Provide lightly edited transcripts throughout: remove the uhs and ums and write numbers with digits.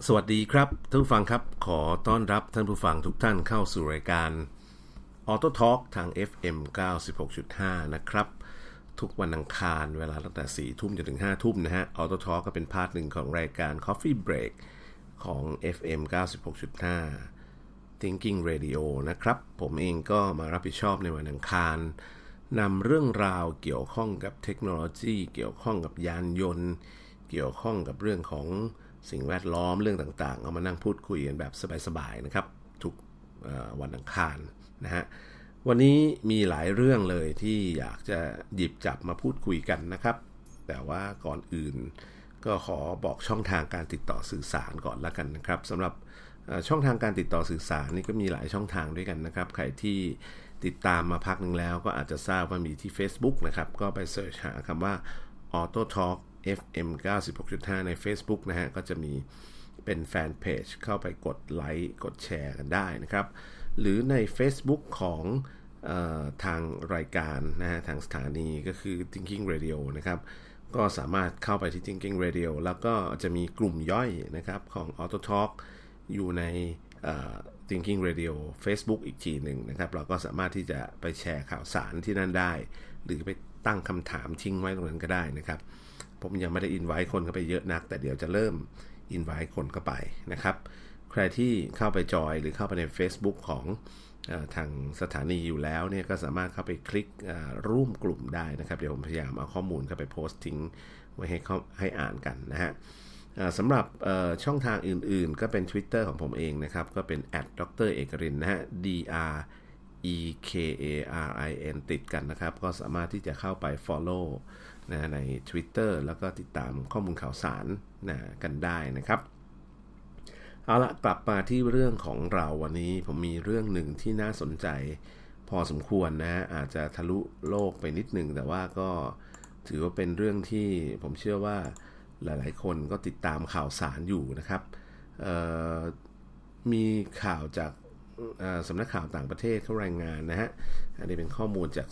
สวัสดีครับท่านผู้ฟังครับขอต้อนรับท่านผู้ฟังทุกท่านเข้าสู่รายการ Auto Talk ทาง FM 96.5 นะครับทุกวันอังคารเวลาตั้งแต่ 4 ทุ่มจนถึง 5 ทุ่มนะฮะ Auto Talk ก็เป็นพาร์ทหนึ่งของรายการ Coffee Break ของ FM 96.5 Thinking Radio นะครับผมเองก็มารับผิดชอบในวันอังคารนำเรื่องราวเกี่ยวข้องกับเทคโนโลยีเกี่ยวข้องกับยานยนต์เกี่ยวข้องกับเรื่องของสิ่งแวดล้อมเรื่องต่างๆเอามานั่งพูดคุยกันแบบสบายๆนะครับทุกวันอังคารนะฮะวันนี้มีหลายเรื่องเลยที่อยากจะหยิบจับมาพูดคุยกันนะครับแต่ว่าก่อนอื่นก็ขอบอกช่องทางการติดต่อสื่อสารก่อนละกันนะครับสำหรับช่องทางการติดต่อสื่อสารนี่ก็มีหลายช่องทางด้วยกันนะครับใครที่ติดตามมาพักนึงแล้วก็อาจจะทราบว่ามีที่ Facebook นะครับก็ไปเสิร์ชหาคำว่า Auto Talk FM 96.5 ใน Facebook นะฮะก็จะมีเป็นแฟนเพจเข้าไปกดไลค์กดแชร์กันได้นะครับหรือใน Facebook ของทางรายการนะฮะทางสถานีก็คือ Thinking Radio นะครับก็สามารถเข้าไปที่ Thinking Radio แล้วก็จะมีกลุ่มย่อยนะครับของ Auto Talk อยู่ในThinking Radio Facebook อีกทีหนึ่งนะครับเราก็สามารถที่จะไปแชร์ข่าวสารที่นั่นได้หรือไปตั้งคำถามทิ้งไว้ตรงนั้นก็ได้นะครับผมยังไม่ได้อินไวท์คนเข้าไปเยอะนักแต่เดี๋ยวจะเริ่มอินไวท์คนเข้าไปนะครับใครที่เข้าไปจอยหรือเข้าไปใน Facebook ของทางสถานีอยู่แล้วเนี่ยก็สามารถเข้าไปคลิกร่วมกลุ่มได้นะครับเดี๋ยวผมพยายามเอาข้อมูลเข้าไปโพสต์ทิ้งไว้ให้อ่านกันนะฮะสำหรับช่องทางอื่นๆก็เป็น Twitter ของผมเองนะครับก็เป็น @dr. Ekarin นะฮะ DREKARIN ติดกันนะครับก็สามารถที่จะเข้าไป follow นะใน Twitter แล้วก็ติดตามข้อมูลข่าวสารนะกันได้นะครับเอาละกลับมาที่เรื่องของเราวันนี้ผมมีเรื่องหนึ่งที่น่าสนใจพอสมควรนะอาจจะทะลุโลกไปนิดหนึ่งแต่ว่าก็ถือว่าเป็นเรื่องที่ผมเชื่อว่าหลายๆคนก็ติดตามข่าวสารอยู่นะครับมีข่าวจากสำนักข่าวต่างประเทศเขารายงานนะฮะอันนี้เป็นข้อมูลจาก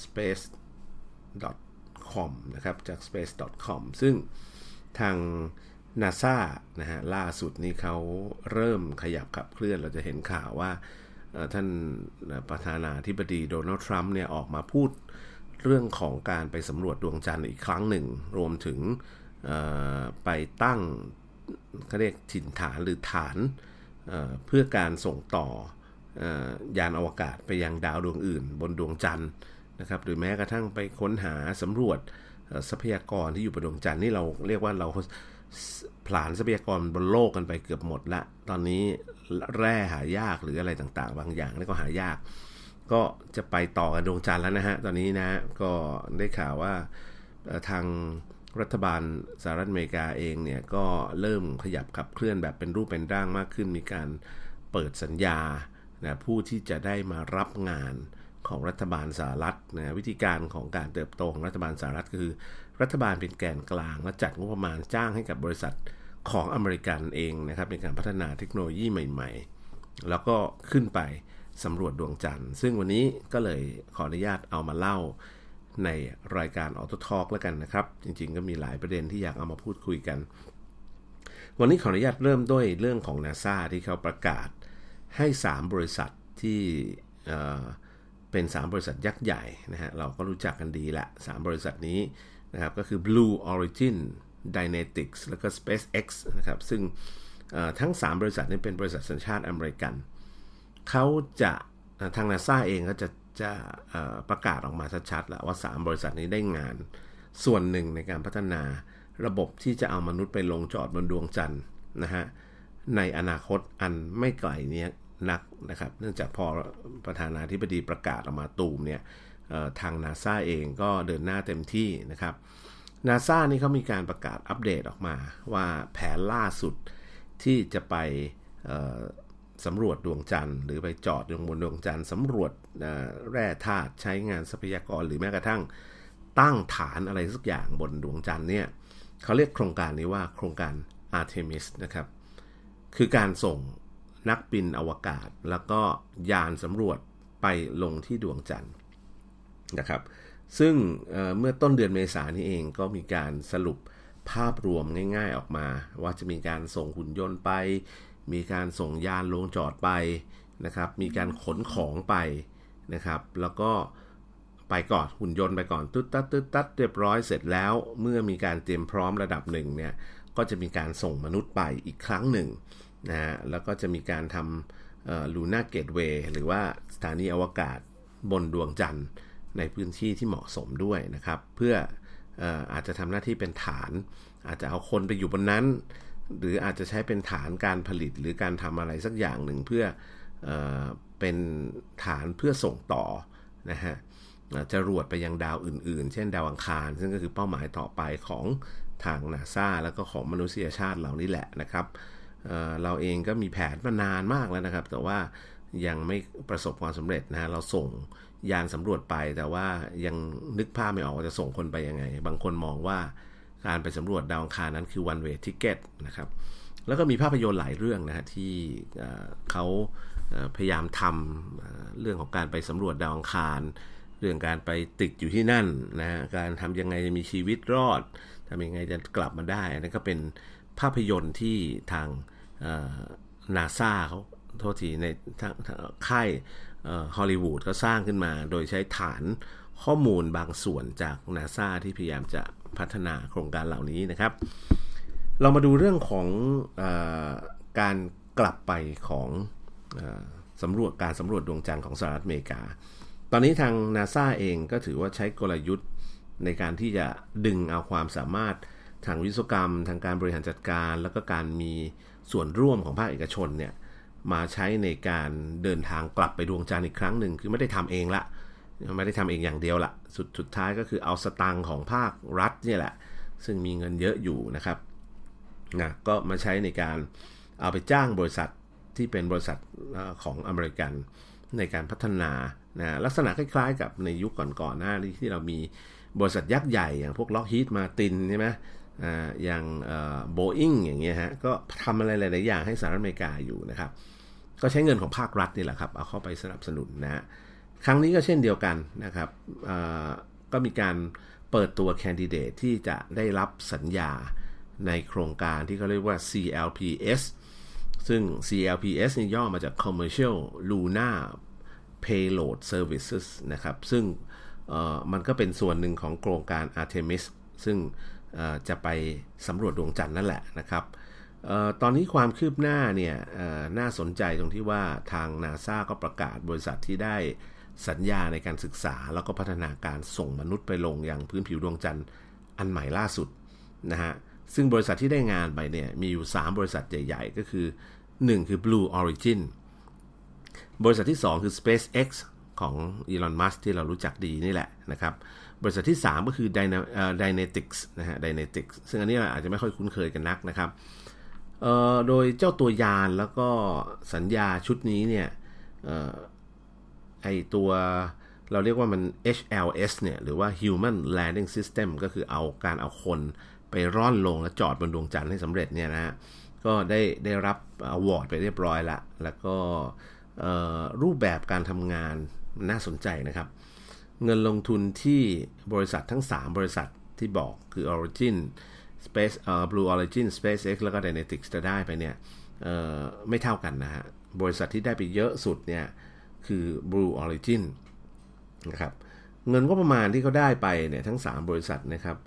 space.com นะครับจาก space.com ซึ่งทาง NASA นะฮะล่าสุดนี้เขาเริ่มขยับขับเคลื่อนเราจะเห็นข่าวว่าท่านประธานาธิบดีโดนัลด์ทรัมป์เนี่ยออกมาพูดเรื่องของการไปสำรวจดวงจันทร์อีกครั้งหนึ่งรวมถึงไปตั้งเขาเรียกถิ่นฐานหรือฐานเพื่อการส่งต่อยานอวกาศไปยังดาวดวงอื่นบนดวงจันทร์นะครับหรือแม้กระทั่งไปค้นหาสำรวจทรัพยากรที่อยู่บนดวงจันทร์นี่เราเรียกว่าเราผลาญทรัพยากรบนโลกกันไปเกือบหมดละตอนนี้แร่หายากหรืออะไรต่างๆบางอย่างนี่ก็หายากก็จะไปต่อกับดวงจันทร์แล้วนะฮะตอนนี้นะก็ได้ข่าวว่าทางรัฐบาลสหรัฐอเมริกาเองเนี่ยก็เริ่มขยับขับเคลื่อนแบบเป็นรูปเป็นร่างมากขึ้นมีการเปิดสัญญานะผู้ที่จะได้มารับงานของรัฐบาลสหรัฐนะวิธีการของการเติบโตของรัฐบาลสหรัฐก็คือรัฐบาลเป็นแกนกลางและจัดงบประมาณจ้างให้กับบริษัทของอเมริกันเองนะครับในการพัฒนาเทคโนโลยีใหม่ๆแล้วก็ขึ้นไปสำรวจดวงจันทร์ซึ่งวันนี้ก็เลยขออนุญาตเอามาเล่าในรายการ Auto Talk แล้วกันนะครับจริงๆก็มีหลายประเด็นที่อยากเอามาพูดคุยกันวันนี้ขออนุญาตเริ่มด้วยเรื่องของ NASA ที่เขาประกาศให้3บริษัทที่เป็น3บริษัทยักษ์ใหญ่นะฮะเราก็รู้จักกันดีละ3บริษัทนี้นะครับก็คือ Blue Origin Dynetics แล้วก็ SpaceX นะครับซึ่งทั้ง3บริษัทนี้เป็นบริษัทสัญชาติอเมริกันเขาจะทาง NASA เองก็จะประกาศออกมาชัดๆแล้วว่า3บริษัทนี้ได้งานส่วนหนึ่งในการพัฒนาระบบที่จะเอามนุษย์ไปลงจอดบนดวงจันทร์นะฮะในอนาคตอันไม่ไกลนี้นักนะครับเนื่องจากพอประธานาธิบดีประกาศออกมาตูมเนี่ยทาง NASA เองก็เดินหน้าเต็มที่นะครับ NASA นี่เขามีการประกาศอัปเดตออกมาว่าแผนล่าสุดที่จะไปสำรวจดวงจันทร์หรือไปจอดบนดวงจันทร์สำรวจแร่ธาตุใช้งานทรัพยากรหรือแม้กระทั่งตั้งฐานอะไรสักอย่างบนดวงจันทร์เนี่ยเขาเรียกโครงการนี้ว่าโครงการ Artemis นะครับคือการส่งนักบินอวกาศแล้วก็ยานสำรวจไปลงที่ดวงจันทร์นะครับซึ่งเมื่อต้นเดือนเมษายนนี้เองก็มีการสรุปภาพรวมง่ายๆออกมาว่าจะมีการส่งหุ่นยนต์ไปมีการส่งยานลงจอดไปนะครับมีการขนของไปนะครับแล้วก็ไปก่อนหุ่นยนต์ไปก่อนตึ๊ดตัดเรียบร้อยเสร็จแล้วเมื่อมีการเตรียมพร้อมระดับหนึ่งเนี่ยก็จะมีการส่งมนุษย์ไปอีกครั้งหนึ่งนะฮะแล้วก็จะมีการทำลูน่าเกตเวย์หรือว่าสถานีอวกาศบนดวงจันทร์ในพื้นที่ที่เหมาะสมด้วยนะครับเพื่ออาจจะทำหน้าที่เป็นฐานอาจจะเอาคนไปอยู่บนนั้นหรืออาจจะใช้เป็นฐานการผลิตหรือการทำอะไรสักอย่างหนึ่งเพื่อเป็นฐานเพื่อส่งต่อนะฮะจรวดไปยังดาวอื่นๆเช่นดาวอังคารซึ่งก็คือเป้าหมายต่อไปของทาง NASA แล้วก็ของมนุษยชาติเหล่านี้แหละนะครับเราเองก็มีแผนมานานมากแล้วนะครับแต่ว่ายังไม่ประสบความสำเร็จนะเราส่งยานสำรวจไปแต่ว่ายังนึกภาพไม่ออกว่าจะส่งคนไปยังไงบางคนมองว่าการไปสำรวจดาวอังคารนั้นคือ one way ticket นะครับแล้วก็มีภาพยนตร์หลายเรื่องนะฮะที่เขาพยายามทำเรื่องของการไปสำรวจดาวอังคารเรื่องการไปติดอยู่ที่นั่นนะฮะการทำยังไงจะมีชีวิตรอดทำยังไงจะกลับมาได้นั่นก็เป็นภาพยนตร์ที่ทางNASA เขาโทษทีในค่ายฮอลลีวูดก็สร้างขึ้นมาโดยใช้ฐานข้อมูลบางส่วนจาก NASA ที่พยายามจะพัฒนาโครงการเหล่านี้นะครับเรามาดูเรื่องของการกลับไปของสำรวจดวงจันทร์ของสหรัฐอเมริกาตอนนี้ทาง NASA เองก็ถือว่าใช้กลยุทธ์ในการที่จะดึงเอาความสามารถทางวิศวกรรมทางการบริหารจัดการแล้วก็การมีส่วนร่วมของภาคเอกชนเนี่ยมาใช้ในการเดินทางกลับไปดวงจันทร์อีกครั้งหนึ่งคือไม่ได้ทำเองละไม่ได้ทำเองอย่างเดียวละสุดท้ายก็คือเอาสตางค์ของภาครัฐเนี่ยแหละซึ่งมีเงินเยอะอยู่นะครับนะก็มาใช้ในการเอาไปจ้างบริษัทที่เป็นบริษัทของอเมริกันในการพัฒนานะลักษณะคล้ายๆกับในยุคก่อนๆหน้านี้ที่เรามีบริษัทยักษ์ใหญ่อย่างพวก Lockheed Martin ใช่ไหมอย่างBoeing อย่างเงี้ยฮะก็ทำอะไรหลายๆอย่างให้สหรัฐอเมริกาอยู่นะครับก็ใช้เงินของภาครัฐนี่แหละครับเอาเข้าไปสนับสนุนนะครั้งนี้ก็เช่นเดียวกันนะครับก็มีการเปิดตัวแคนดิเดตที่จะได้รับสัญญาในโครงการที่เขาเรียกว่า CLPS ซึ่ง CLPS นี่ย่อมาจาก Commercial Lunar Payload Services นะครับซึ่งมันก็เป็นส่วนหนึ่งของโครงการ Artemis ซึ่งจะไปสำรวจดวงจันทร์นั่นแหละนะครับตอนนี้ความคืบหน้าเนี่ยน่าสนใจตรงที่ว่าทาง NASA ก็ประกาศบริษัทที่ได้สัญญาในการศึกษาแล้วก็พัฒนาการส่งมนุษย์ไปลงยังพื้นผิวดวงจันทร์อันใหม่ล่าสุดนะฮะซึ่งบริษัทที่ได้งานไปเนี่ยมีอยู่3บริษัทใหญ่ๆก็คือ1คือ Blue Origin บริษัทที่2คือ SpaceX ของ Elon Musk ที่เรารู้จักดีนี่แหละนะครับบริษัทที่3ก็คือ Dynetics นะฮะ Dynetics ซึ่งอันนี้อาจจะไม่ค่อยคุ้นเคยกันนักนะครับโดยเจ้าตัวยานแล้วก็สัญญาชุดนี้เนี่ยไอตัวเราเรียกว่ามัน HLS เนี่ยหรือว่า Human Landing System ก็คือเอาคนไปร่อนลงและจอดบนดวงจันทร์ให้สำเร็จเนี่ยนะฮะก็ได้รับอวอร์ดไปเรียบร้อยละแล้วก็รูปแบบการทำงานน่าสนใจนะครับเงินลงทุนที่บริษัททั้ง3บริษัทที่บอกคือ Origin Space Blue Origin SpaceX แล้วก็ Dynetics จะได้ไปเนี่ยไม่เท่ากันนะฮะบริษัทที่ได้ไปเยอะสุดเนี่ยคือ Blue Origin นะครับเงินก็ประมาณที่เขาได้ไปเนี่ยทั้ง3บริษัทนะครับ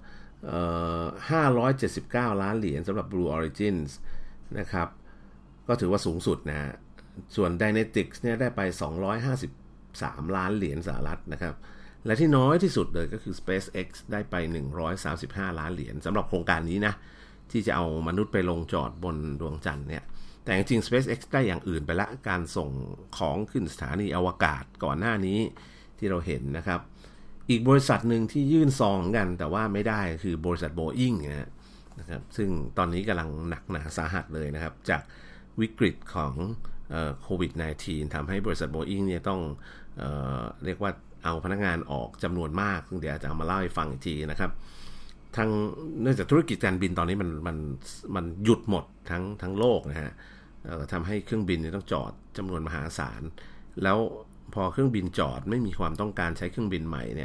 579 ล้านเหรียญสำหรับ Blue Origin นะครับก็ถือว่าสูงสุดนะฮะส่วน Dynetics เนี่ยได้ไป253 ล้านเหรียญสหรัฐนะครับและที่น้อยที่สุดเลยก็คือ SpaceX ได้ไป135 ล้านเหรียญสำหรับโครงการนี้นะที่จะเอามนุษย์ไปลงจอดบนดวงจันทร์เนี่ยแต่จริงๆ SpaceX ได้อย่างอื่นไปละการส่งของขึ้นสถานีอวกาศก่อนหน้านี้ที่เราเห็นนะครับอีกบริษัทหนึ่งที่ยื่นซองกันแต่ว่าไม่ได้คือบริษัท Boeing นะครับซึ่งตอนนี้กำลังหนักหนาสาหัสเลยนะครับจากวิกฤตของโควิด -19 ทำให้บริษัท Boeing เนี่ยต้องเรียกว่าเอาพนักงานออกจำนวนมากซึ่งเดี๋ยวจะเอามาเล่าให้ฟังอีกทีนะครับเนื่องจากธุรกิจการบินตอนนี้มันหยุดหมดทั้งโลกนะฮะทำให้เครื่องบินต้องจอดจำนวนมหาศาลแล้วพอเครื่องบินจอดไม่มีความต้องการใช้เครื่องบินใหม่เนี่ย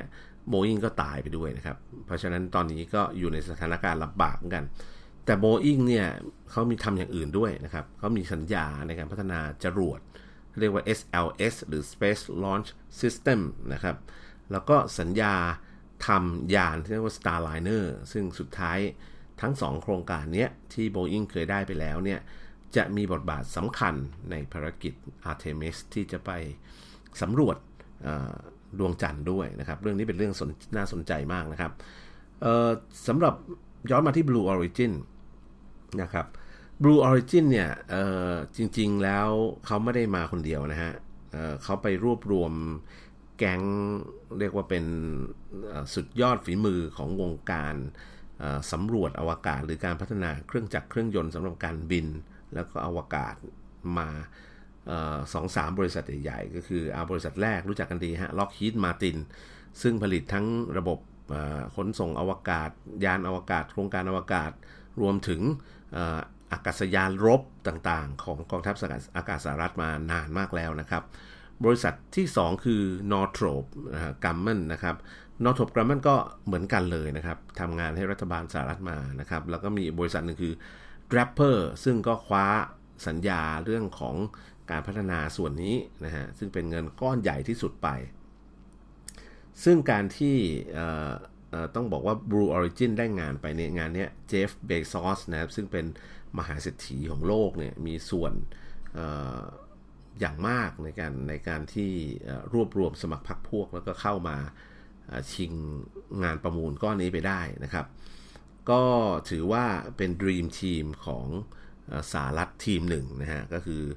Boeing ก็ตายไปด้วยนะครับเพราะฉะนั้นตอนนี้ก็อยู่ในสถานการณ์ลำบากเหมือนกันแต่ Boeing เนี่ยเขามีทำอย่างอื่นด้วยนะครับเขามีสัญญาในการพัฒนาจรวดเรียกว่า SLS หรือ Space Launch System นะครับแล้วก็สัญญาทำยานที่เรียกว่า Starliner ซึ่งสุดท้ายทั้ง2โครงการนี้ที่ Boeing เคยได้ไปแล้วเนี่ยจะมีบทบาทสำคัญในภารกิจ Artemis ที่จะไปสำรวจดวงจันทร์ด้วยนะครับเรื่องนี้เป็นเรื่องน่าสนใจมากนะครับสำหรับย้อนมาที่ Blue Origin นะครับ Blue Origin เนี่ยจริงๆแล้วเขาไม่ได้มาคนเดียวนะฮะเขาไปรวบรวมแก๊งเรียกว่าเป็นสุดยอดฝีมือของวงการสำรวจอวกาศหรือการพัฒนาเครื่องจักรเครื่องยนต์สำหรับการบินแล้วก็อวกาศมา2-3 บริษัทใหญ่ๆก็คือเอาบริษัทแรกรู้จักกันดีฮะ Lockheed Martin ซึ่งผลิตทั้งระบบขนส่งอวกาศยานอวกาศโครงการอวกาศรวมถึงอากาศยานรบต่างๆของกองทัพอากาศสหรัฐมานานมากแล้วนะครับบริษัทที่2คือ Northrop Grumman นะครับ Northrop Grumman ก็เหมือนกันเลยนะครับทำงานให้รัฐบาลสหรัฐมานะครับแล้วก็มีบริษัทหนึ่งคือ Draper ซึ่งก็คว้าสัญญาเรื่องของการพัฒนาส่วนนี้นะฮะซึ่งเป็นเงินก้อนใหญ่ที่สุดไปซึ่งการที่ต้องบอกว่า Blue Origin ได้งานไปในงานนี้เจฟเบซอสนะครับซึ่งเป็นมหาเศรษฐีของโลกเนี่ยมีส่วนอย่างมากในการที่รวบรวมสมัครพรรคพวกแล้วก็เข้ามาชิงงานประมูลก้อนนี้ไปได้นะครับก็ถือว่าเป็น Dream Team ของสหรัฐทีมหนึ่งนะฮะก็คือ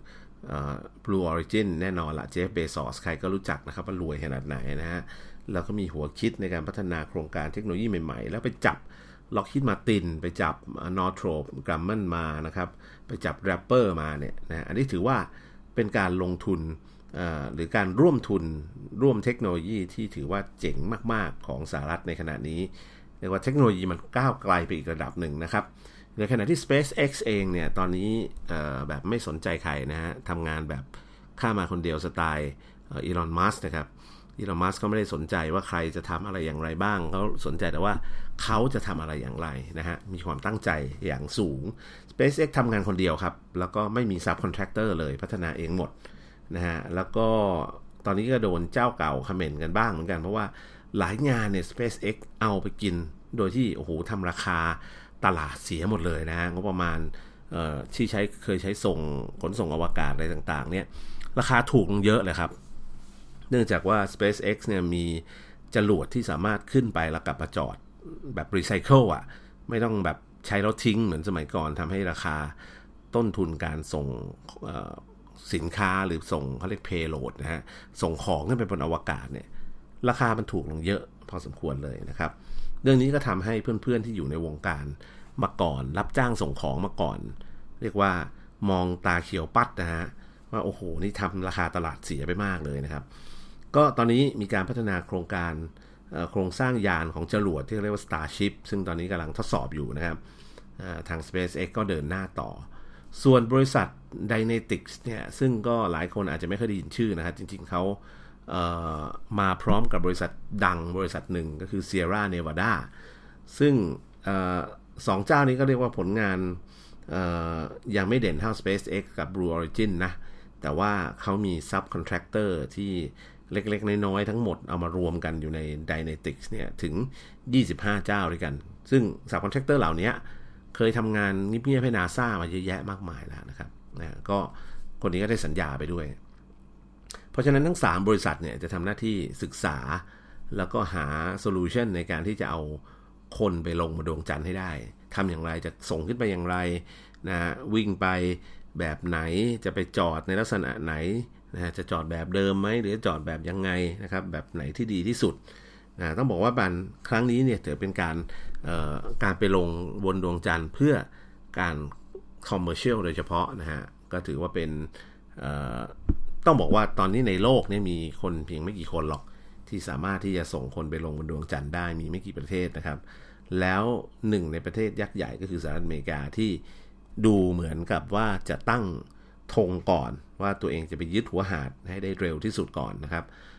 Blue Origin แน่นอนละเจฟเบซอสใครก็รู้จักนะครับว่ารวยขนาดไหนนะฮะแล้วก็มีหัวคิดในการพัฒนาโครงการเทคโนโลยีใหม่ๆแล้วไปจับ Lockheed Martin ไปจับ Northrop Grumman มานะครับไปจับ Draper มาเนี่ยนะอันนี้ถือว่าเป็นการลงทุนหรือการร่วมทุนร่วมเทคโนโลยีที่ถือว่าเจ๋งมากๆของสหรัฐในขณะนี้เรียกว่าเทคโนโลยีมันก้าวไกลไปอีกระดับหนึ่งนะครับในขณะที่ SpaceX เองเนี่ยตอนนี้แบบไม่สนใจใครนะฮะทำงานแบบข้ามาคนเดียวสไตล์อีลอน มัสก์นะครับอีลอน มัสก์ก็ไม่ได้สนใจว่าใครจะทำอะไรอย่างไรบ้างเขาสนใจแต่ว่าเขาจะทำอะไรอย่างไรนะฮะมีความตั้งใจอย่างสูง SpaceX ทำงานคนเดียวครับแล้วก็ไม่มี Subcontractor เลยพัฒนาเองหมดนะฮะแล้วก็ตอนนี้ก็โดนเจ้าเก่าคอมเมนต์กันบ้างเหมือนกันเพราะว่าหลายงานเนี่ย SpaceX เอาไปกินโดยที่โอ้โหทำราคาตลาดเสียหมดเลยนะฮะงบประมาณที่เคยใช้ขนส่งอวกาศอะไรต่างๆเนี่ยราคาถูกลงเยอะเลยครับเนื่องจากว่า SpaceX เนี่ยมีจรวดที่สามารถขึ้นไปแล้วกลับมาจอดแบบรีไซเคิลอ่ะไม่ต้องแบบใช้แล้วทิ้งเหมือนสมัยก่อนทำให้ราคาต้นทุนการส่งสินค้าหรือส่งเขาเรียก payload นะฮะส่งของขึ้นไปบนอวกาศเนี่ยราคามันถูกลงเยอะพอสมควรเลยนะครับเรื่องนี้ก็ทำให้เพื่อนๆที่อยู่ในวงการมาก่อนรับจ้างส่งของมาก่อนเรียกว่ามองตาเขียวปัดนะฮะว่าโอ้โหนี่ทำราคาตลาดเสียไปมากเลยนะครับก็ตอนนี้มีการพัฒนาโครงการโครงสร้างยานของจรวดที่เรียกว่า Starship ซึ่งตอนนี้กำลังทดสอบอยู่นะครับทาง SpaceX ก็เดินหน้าต่อส่วนบริษัท Dynetics เนี่ยซึ่งก็หลายคนอาจจะไม่เคยได้ยินชื่อนะครับจริงๆเขามาพร้อมกับบริษัทดังบริษัทหนึ่งก็คือ Sierra Nevada ซึ่งสองเจ้านี้ก็เรียกว่าผลงานยังไม่เด่นเท่า SpaceX กับ Blue Origin นะแต่ว่าเขามี Subcontractor ที่เล็กๆน้อยๆทั้งหมดเอามารวมกันอยู่ใน Dynetics เนี่ยถึง25เจ้าด้วยกันซึ่ง Subcontractor เหล่านี้เคยทำงานเงียบๆให้ NASA มาเยอะแยะมากมายแล้วนะครับก็คนนี้ก็ได้สัญญาไปด้วยเพราะฉะนั้นทั้ง3บริษัทเนี่ยจะทำหน้าที่ศึกษาแล้วก็หาโซลูชันในการที่จะเอาคนไปลงบนดวงจันทร์ให้ได้ทำอย่างไรจะส่งขึ้นไปอย่างไรนะวิ่งไปแบบไหนจะไปจอดในลักษณะไหนนะจะจอดแบบเดิมไหมหรือจอดแบบยังไงนะครับแบบไหนที่ดีที่สุดนะต้องบอกว่าครั้งนี้เนี่ยถือเป็นการไปลงบนดวงจันทร์เพื่อการคอมเมอร์เชียลโดยเฉพาะนะฮะก็ถือว่าเป็นต้องบอกว่าตอนนี้ในโลกนี่มีคนเพียงไม่กี่คนหรอกที่สามารถที่จะส่งคนไปลงบนดวงจันทร์ได้มีไม่กี่ประเทศนะครับแล้วหนึ่งในประเทศยักษ์ใหญ่ก็คือสหรัฐอเมริกาที่ดูเหมือนกับว่าจะตั้งธงก่อนว่าตัวเองจะไปยึดหัวหาดให้ได้เร็วที่สุดก่อนนะครับ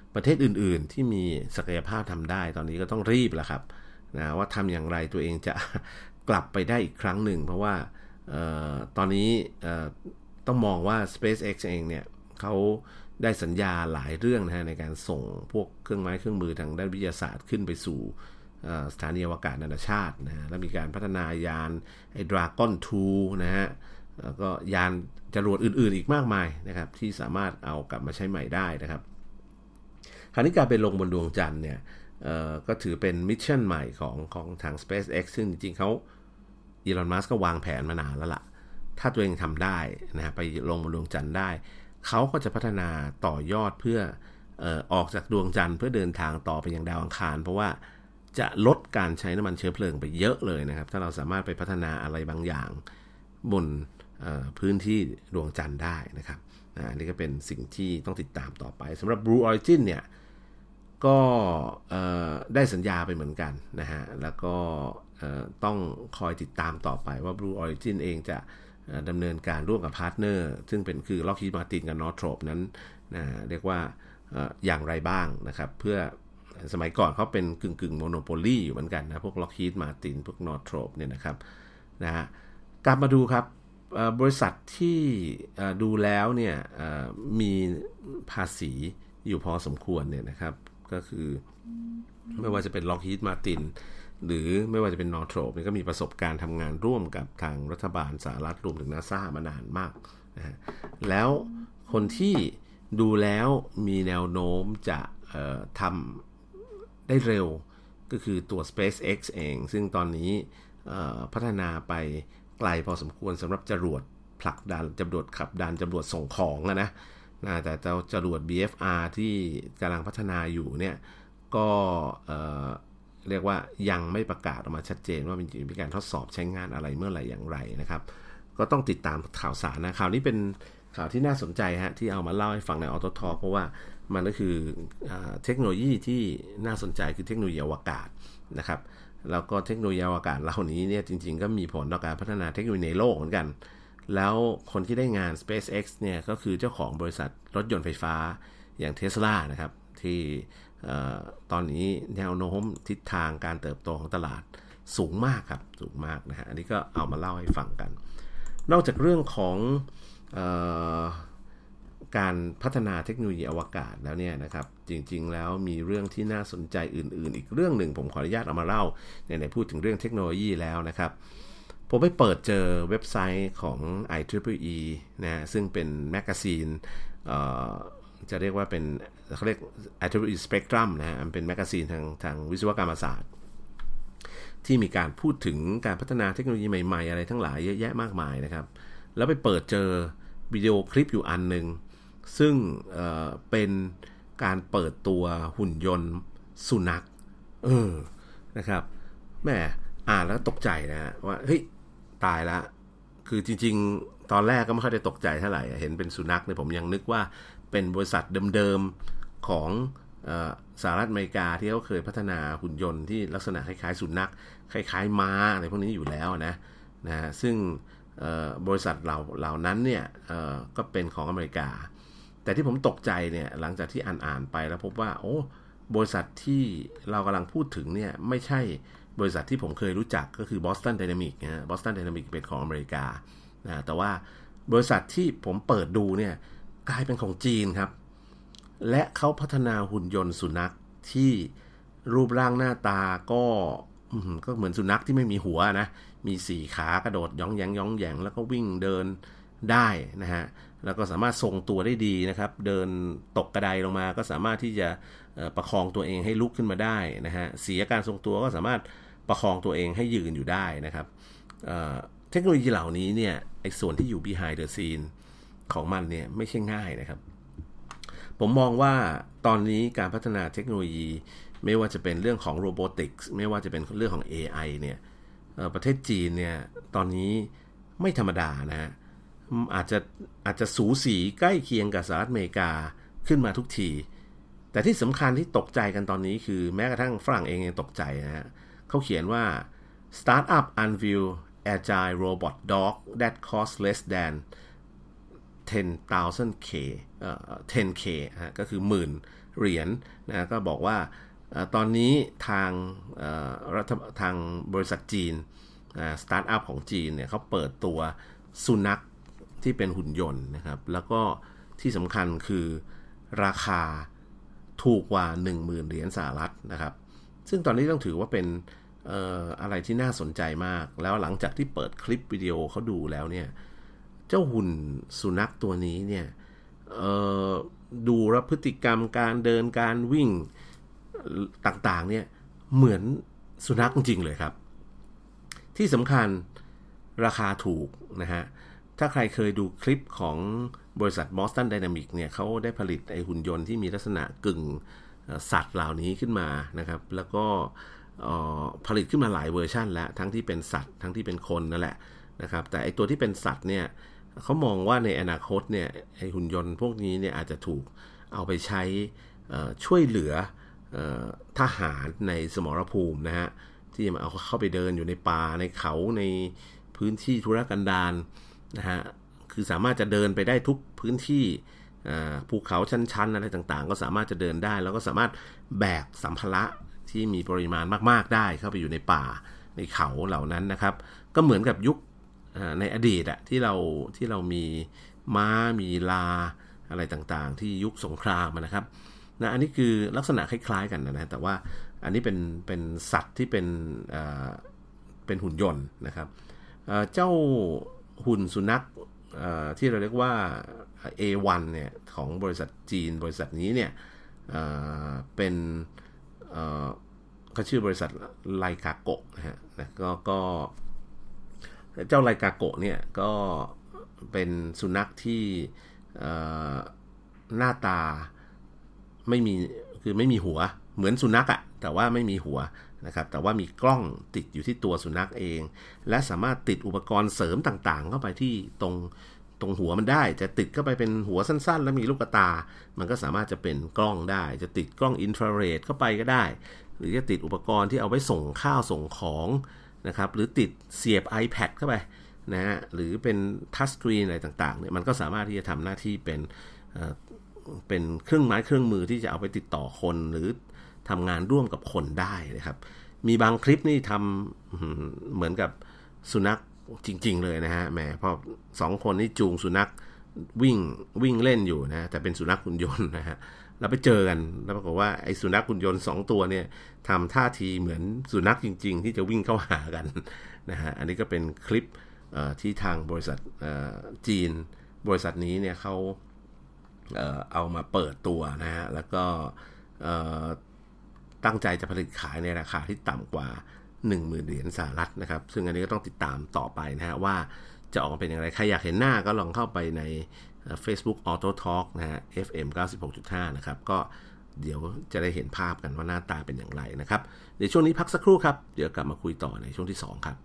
ประเทศอื่นๆที่มีศักยภาพทำได้ตอนนี้ก็ต้องรีบแล้วครับนะว่าทำอย่างไรตัวเองจะกลับไปได้อีกครั้งหนึ่งเพราะว่าตอนนี้ต้องมองว่า SpaceX เองเนี่ยเขาได้สัญญาหลายเรื่องนะฮะในการส่งพวกเครื่องไม้เครื่องมือทางด้านวิทยาศาสตร์ขึ้นไปสู่สถานีอวกาศนานาชาตินะแล้วมีการพัฒนายานไอ้ Dragon 2 นะฮะแล้วก็ยานจรวดอื่นๆอีกมากมายนะครับที่สามารถเอากลับมาใช้ใหม่ได้นะครับคราวนี้การไปลงบนดวงจันทร์เนี่ยก็ถือเป็นมิชชั่นใหม่ของทาง SpaceX ซึ่งจริงๆเขาอีลอน มัสก์ก็วางแผนมานานแล้วล่ะถ้าตัวเองทำได้นะฮะไปลงบนดวงจันทร์ได้เขาก็จะพัฒนาต่อยอดเพื่อออกจากดวงจันทร์เพื่อเดินทางต่อไปยังดาวอังคารเพราะว่าจะลดการใช้น้ำมันเชื้อเพลิงไปเยอะเลยนะครับถ้าเราสามารถไปพัฒนาอะไรบางอย่างบนพื้นที่ดวงจันทร์ได้นะครับอันนี้ก็เป็นสิ่งที่ต้องติดตามต่อไปสำหรับ Blue Origin เนี่ยก็ได้สัญญาไปเหมือนกันนะฮะแล้วก็ต้องคอยติดตามต่อไปว่า Blue Origin เองจะดำเนินการร่วมกับพาร์ทเนอร์ซึ่งเป็นคือ Lockheed Martin กับ Northrop นั้นเรียกว่าอย่างไรบ้างนะครับเพื่อสมัยก่อนเขาเป็นกึ่งโมโนโปลีอยู่เหมือนกันนะพวก Lockheed Martin พวก Northrop เนี่ยนะครับนะฮะกลับมาดูครับบริษัทที่ดูแล้วเนี่ยมีภาษีอยู่พอสมควรเนี่ยนะครับก็คือไม่ว่าจะเป็น Lockheed Martin หรือไม่ว่าจะเป็น Northrop นี่ก็มีประสบการณ์ทำงานร่วมกับทางรัฐบาลสหรัฐรวมถึง NASA มานานมากนะฮะแล้วคนที่ดูแล้วมีแนวโน้มจะทำได้เร็วก็คือตัว SpaceX เองซึ่งตอนนี้พัฒนาไปไกลพอสมควรสำหรับจรวดผลักดันจรวดขับดันจรวดส่งของนะแต่จรวด BFR ที่กำลังพัฒนาอยู่เนี่ยก็เรียกว่ายังไม่ประกาศออกมาชัดเจนว่ามีการทดสอบใช้งานอะไรเมื่อไหร่อย่างไรนะครับก็ต้องติดตามข่าวสารนะข่าวนี้เป็นข่าวที่น่าสนใจฮะที่เอามาเล่าให้ฟังใน Auto Talk เพราะว่ามันก็คือเทคโนโลยีที่น่าสนใจคือเทคโนโลยีอวกาศนะครับแล้วก็เทคโนโลยีอวกาศเหล่านี้เนี่ยจริงๆก็มีผลต่อการพัฒนาเทคโนโลยีในโลกเหมือนกันแล้วคนที่ได้งาน SpaceX เนี่ยก็คือเจ้าของบริษัทรถยนต์ไฟฟ้าอย่าง Tesla นะครับที่ตอนนี้แนวโน้มทิศทางการเติบโตของตลาดสูงมากครับสูงมากนะฮะอันนี้ก็เอามาเล่าให้ฟังกันนอกจากเรื่องของการพัฒนาเทคโนโลยีอวกาศแล้วเนี่ยนะครับจริงๆแล้วมีเรื่องที่น่าสนใจอื่นๆอีกเรื่องหนึ่งผมขออนุญาตเอามาเล่าในพูดถึงเรื่องเทคโนโลยีแล้วนะครับผมไปเปิดเจอเว็บไซต์ของ IEEE นะซึ่งเป็นแมกกาซีนจะเรียกว่าเป็นเขาเรียก IEEE Spectrum นะฮะมันเป็นแมกกาซีนทางวิศวกรรมศาสตร์ที่มีการพูดถึงการพัฒนาเทคโนโลยีใหม่ๆอะไรทั้งหลายเยอะแยะมากมายนะครับแล้วไปเปิดเจอวิดีโอคลิปอยู่อันนึงซึ่งเป็นการเปิดตัวหุ่นยนต์สุนัขนะครับแม่อ่านแล้วตกใจนะว่าเฮ้ยตายละคือจริงๆตอนแรกก็ไม่ค่อยได้ตกใจเท่าไหร่เห็นเป็นสุนัขเนี่ยผมยังนึกว่าเป็นบริษัทเดิมๆของสหรัฐอเมริกาที่เขาเคยพัฒนาหุ่นยนต์ที่ลักษณะคล้ายๆสุนัขคล้ายๆม้าอะไรพวกนี้อยู่แล้วนะซึ่งบริษัทเหล่านั้นเนี่ยก็เป็นของอเมริกาแต่ที่ผมตกใจเนี่ยหลังจากที่อ่านไปแล้วพบว่าโอ้บริษัทที่เรากำลังพูดถึงเนี่ยไม่ใช่บริษัทที่ผมเคยรู้จักก็คือ Boston Dynamics นะ Boston Dynamics เป็นของอเมริกาแต่ว่าบริษัทที่ผมเปิดดูเนี่ยกลายเป็นของจีนครับและเขาพัฒนาหุ่นยนต์สุนัขที่รูปร่างหน้าตาก็เหมือนสุนัขที่ไม่มีหัวนะมี4ขากระโดดย่องแยงแล้วก็วิ่งเดินได้นะฮะแล้วก็สามารถทรงตัวได้ดีนะครับเดินตกกระไดลงมาก็สามารถที่จะประคองตัวเองให้ลุกขึ้นมาได้นะฮะเสียการทรงตัวก็สามารถประคองตัวเองให้ยืนอยู่ได้นะครับเทคโนโลยีเหล่านี้เนี่ยไอ้ส่วนที่อยู่ behind the scene ของมันเนี่ยไม่ใช่ง่ายนะครับผมมองว่าตอนนี้การพัฒนาเทคโนโลยีไม่ว่าจะเป็นเรื่องของโรบอติกส์ไม่ว่าจะเป็นเรื่องของ AI เนี่ยประเทศจีนเนี่ยตอนนี้ไม่ธรรมดานะฮะอาจจะสูสีใกล้เคียงกับสหรัฐอเมริกาขึ้นมาทุกทีแต่ที่สำคัญที่ตกใจกันตอนนี้คือแม้กระทั่งฝรั่งเองยังตกใจนะฮะเขาเขียนว่า Startup unveil agile robot dog that cost less than 10,000K 10K ก็คือเหรียญนะก็บอกว่าตอนนี้ทางทางบริษัทจีนสตาร์ทอัพของจีนเนี่ยเขาเปิดตัวสุนัขที่เป็นหุ่นยนต์นะครับแล้วก็ที่สำคัญคือราคาถูกกว่า 10,000 เหรียญสหรัฐนะครับซึ่งตอนนี้ต้องถือว่าเป็นอะไรที่น่าสนใจมากแล้วหลังจากที่เปิดคลิปวิดีโอเขาดูแล้วเนี่ยเจ้าหุ่นสุนัขตัวนี้เนี่ยดูแล้วพฤติกรรมการเดินการวิ่งต่างๆเนี่ยเหมือนสุนัขจริงๆเลยครับที่สำคัญราคาถูกนะฮะถ้าใครเคยดูคลิปของบริษัท Boston Dynamics เนี่ยเขาได้ผลิตไอ้หุ่นยนต์ที่มีลักษณะกึ่งสัตว์เหล่านี้ขึ้นมานะครับแล้วก็ผลิตขึ้นมาหลายเวอร์ชันแล้วทั้งที่เป็นสัตว์ทั้งที่เป็นคนนั่นแหละนะครับแต่ไอ้ตัวที่เป็นสัตว์เนี่ยเขามองว่าในอนาคตเนี่ยไอ้หุ่นยนต์พวกนี้เนี่ยอาจจะถูกเอาไปใช้ช่วยเหลือทหารในสมรภูมินะฮะที่มาเอาเข้าไปเดินอยู่ในป่าในเขาในพื้นที่ทุรกันดารนะฮะคือสามารถจะเดินไปได้ทุกพื้นที่ภูเขาชันๆอะไรต่างๆก็สามารถจะเดินได้แล้วก็สามารถแบกสัมภาระที่มีปริมาณมากๆได้เข้าไปอยู่ในป่าในเขาเหล่านั้นนะครับก็เหมือนกับยุคในอดีตที่เรามีม้ามีลาอะไรต่างๆที่ยุคสงครามนะครับนะอันนี้คือลักษณะคล้ายๆกันนะแต่ว่าอันนี้เป็นสัตว์ที่เป็นหุ่นยนต์นะครับเจ้าหุ่นสุนัขที่เราเรียกว่า A1 เนี่ยของบริษัทจีนบริษัทนี้เนี่ยเป็นเขาชื่อบริษัทไลกาโกะนะฮะก็เจ้าไลกาโกะเนี่ยก็เป็นสุนัขที่หน้าตาไม่มีหัวเหมือนสุนัขแต่ว่าไม่มีหัวนะครับแต่ว่ามีกล้องติดอยู่ที่ตัวสุนัขเองและสามารถติดอุปกรณ์เสริมต่างๆเข้าไปที่ตรงหัวมันได้จะติดเข้าไปเป็นหัวสั้นๆแล้วมีลูกตามันก็สามารถจะเป็นกล้องได้จะติดกล้องอินฟราเรดเข้าไปก็ได้หรือจะติดอุปกรณ์ที่เอาไว้ส่งข้าวส่งของนะครับหรือติดเสียบ iPad เข้าไปนะฮะหรือเป็นทัชสกรีนอะไรต่างๆเนี่ยมันก็สามารถที่จะทำหน้าที่เป็นเครื่องไม้เครื่องมือที่จะเอาไปติดต่อคนหรือทำงานร่วมกับคนได้นะครับมีบางคลิปนี่ทำเหมือนกับสุนัขจริงๆเลยนะฮะแหมพอ2คนนี่จูงสุนัขวิ่งเล่นอยู่นะแต่เป็นสุนัขหุ่นยนต์นะฮะแล้วไปเจอกันแล้วปรากฏว่าไอ้สุนัขหุ่นยนต์2ตัวเนี่ยทำท่าทีเหมือนสุนัขจริงๆที่จะวิ่งเข้าหากันนะฮะอันนี้ก็เป็นคลิปที่ทางบริษัทจีนบริษัทนี้เนี่ยเขาเอามาเปิดตัวนะฮะแล้วก็ตั้งใจจะผลิตขายในราคาที่ต่ำกว่า 10,000 เหรียญสหรัฐนะครับซึ่งอันนี้ก็ต้องติดตามต่อไปนะฮะว่าจะออกมาเป็นอย่างไรใครอยากเห็นหน้าก็ลองเข้าไปใน Facebook Auto Talk นะฮะ FM 96.5 นะครับก็เดี๋ยวจะได้เห็นภาพกันว่าหน้าตาเป็นอย่างไรนะครับเดี๋ยวช่วงนี้พักสักครู่ครับเดี๋ยวกลับมาคุยต่อในช่วงที่2ครับ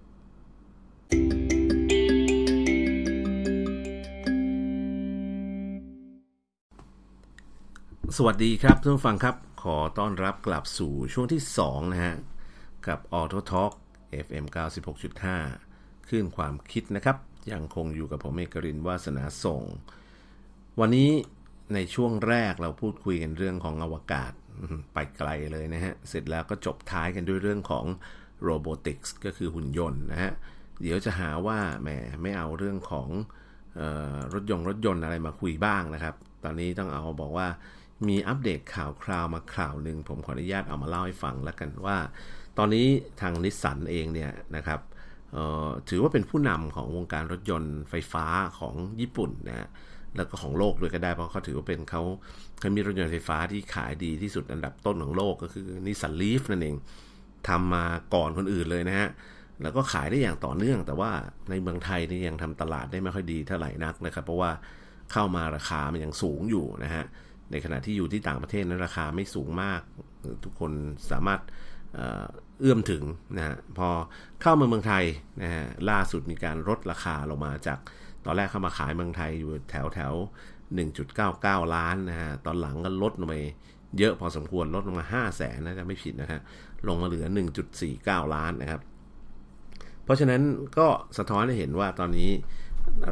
สวัสดีครับท่านผู้ฟังครับขอต้อนรับกลับสู่ช่วงที่2นะฮะกับ Auto Talk FM 96.5 คลื่นความคิดนะครับยังคงอยู่กับผมเอกรินทร์วาสนาส่งวันนี้ในช่วงแรกเราพูดคุยกันเรื่องของอวกาศไปไกลเลยนะฮะเสร็จแล้วก็จบท้ายกันด้วยเรื่องของ Robotics ก็คือหุ่นยนต์นะฮะเดี๋ยวจะหาว่าแหมไม่เอาเรื่องของรถยนต์อะไรมาคุยบ้างนะครับตอนนี้ต้องเอาบอกว่ามีอัปเดตข่าวคราวมาข่าวหนึ่งผมขออนุญาตเอามาเล่าให้ฟังแล้วกันว่าตอนนี้ทางนิสสันเองเนี่ยนะครับถือว่าเป็นผู้นำของวงการรถยนต์ไฟฟ้าของญี่ปุ่นนะแล้วก็ของโลกด้วยก็ได้เพราะเขาถือว่าเป็นเขามีรถยนต์ไฟฟ้าที่ขายดีที่สุดอันดับต้นของโลกก็คือนิสสันลีฟนั่นเองทำมาก่อนคนอื่นเลยนะฮะแล้วก็ขายได้อย่างต่อเนื่องแต่ว่าในเมืองไทยนี่ยังทำตลาดได้ไม่ค่อยดีเท่าไหร่นักนะครับเพราะว่าเข้ามาราคามันยังสูงอยู่นะฮะในขณะที่อยู่ที่ต่างประเทศนั้นราคาไม่สูงมากทุกคนสามารถเอื้อมถึงนะฮะพอเข้ามาเมืองไทยนะฮะล่าสุดมีการลดราคาลงมาจากตอนแรกเข้ามาขายเมืองไทยอยู่แถว 1.99 ล้านนะฮะตอนหลังก็ลดลงไปเยอะพอสมควรลดลงมา500,000นะจะไม่ผิดนะฮะลงมาเหลือ 1.49 ล้านนะครับเพราะฉะนั้นก็สะท้อนให้เห็นว่าตอนนี้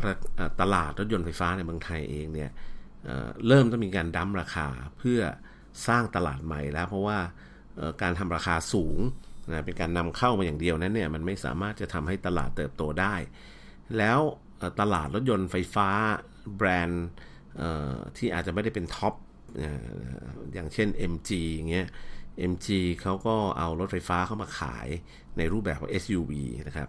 ตลาดรถยนต์ไฟฟ้าในเมืองไทยเองเนี่ยเริ่มต้องมีการดั้มราคาเพื่อสร้างตลาดใหม่แล้วเพราะว่าการทำราคาสูงนะเป็นการนำเข้ามาอย่างเดียวนั้นเนี่ยมันไม่สามารถจะทำให้ตลาดเติบโตได้แล้วตลาดรถยนต์ไฟฟ้าแบรนด์ที่อาจจะไม่ได้เป็นท็อปอย่างเช่น MG อย่างเงี้ย MG เขาก็เอารถไฟฟ้าเข้ามาขายในรูปแบบของ SUV นะครับ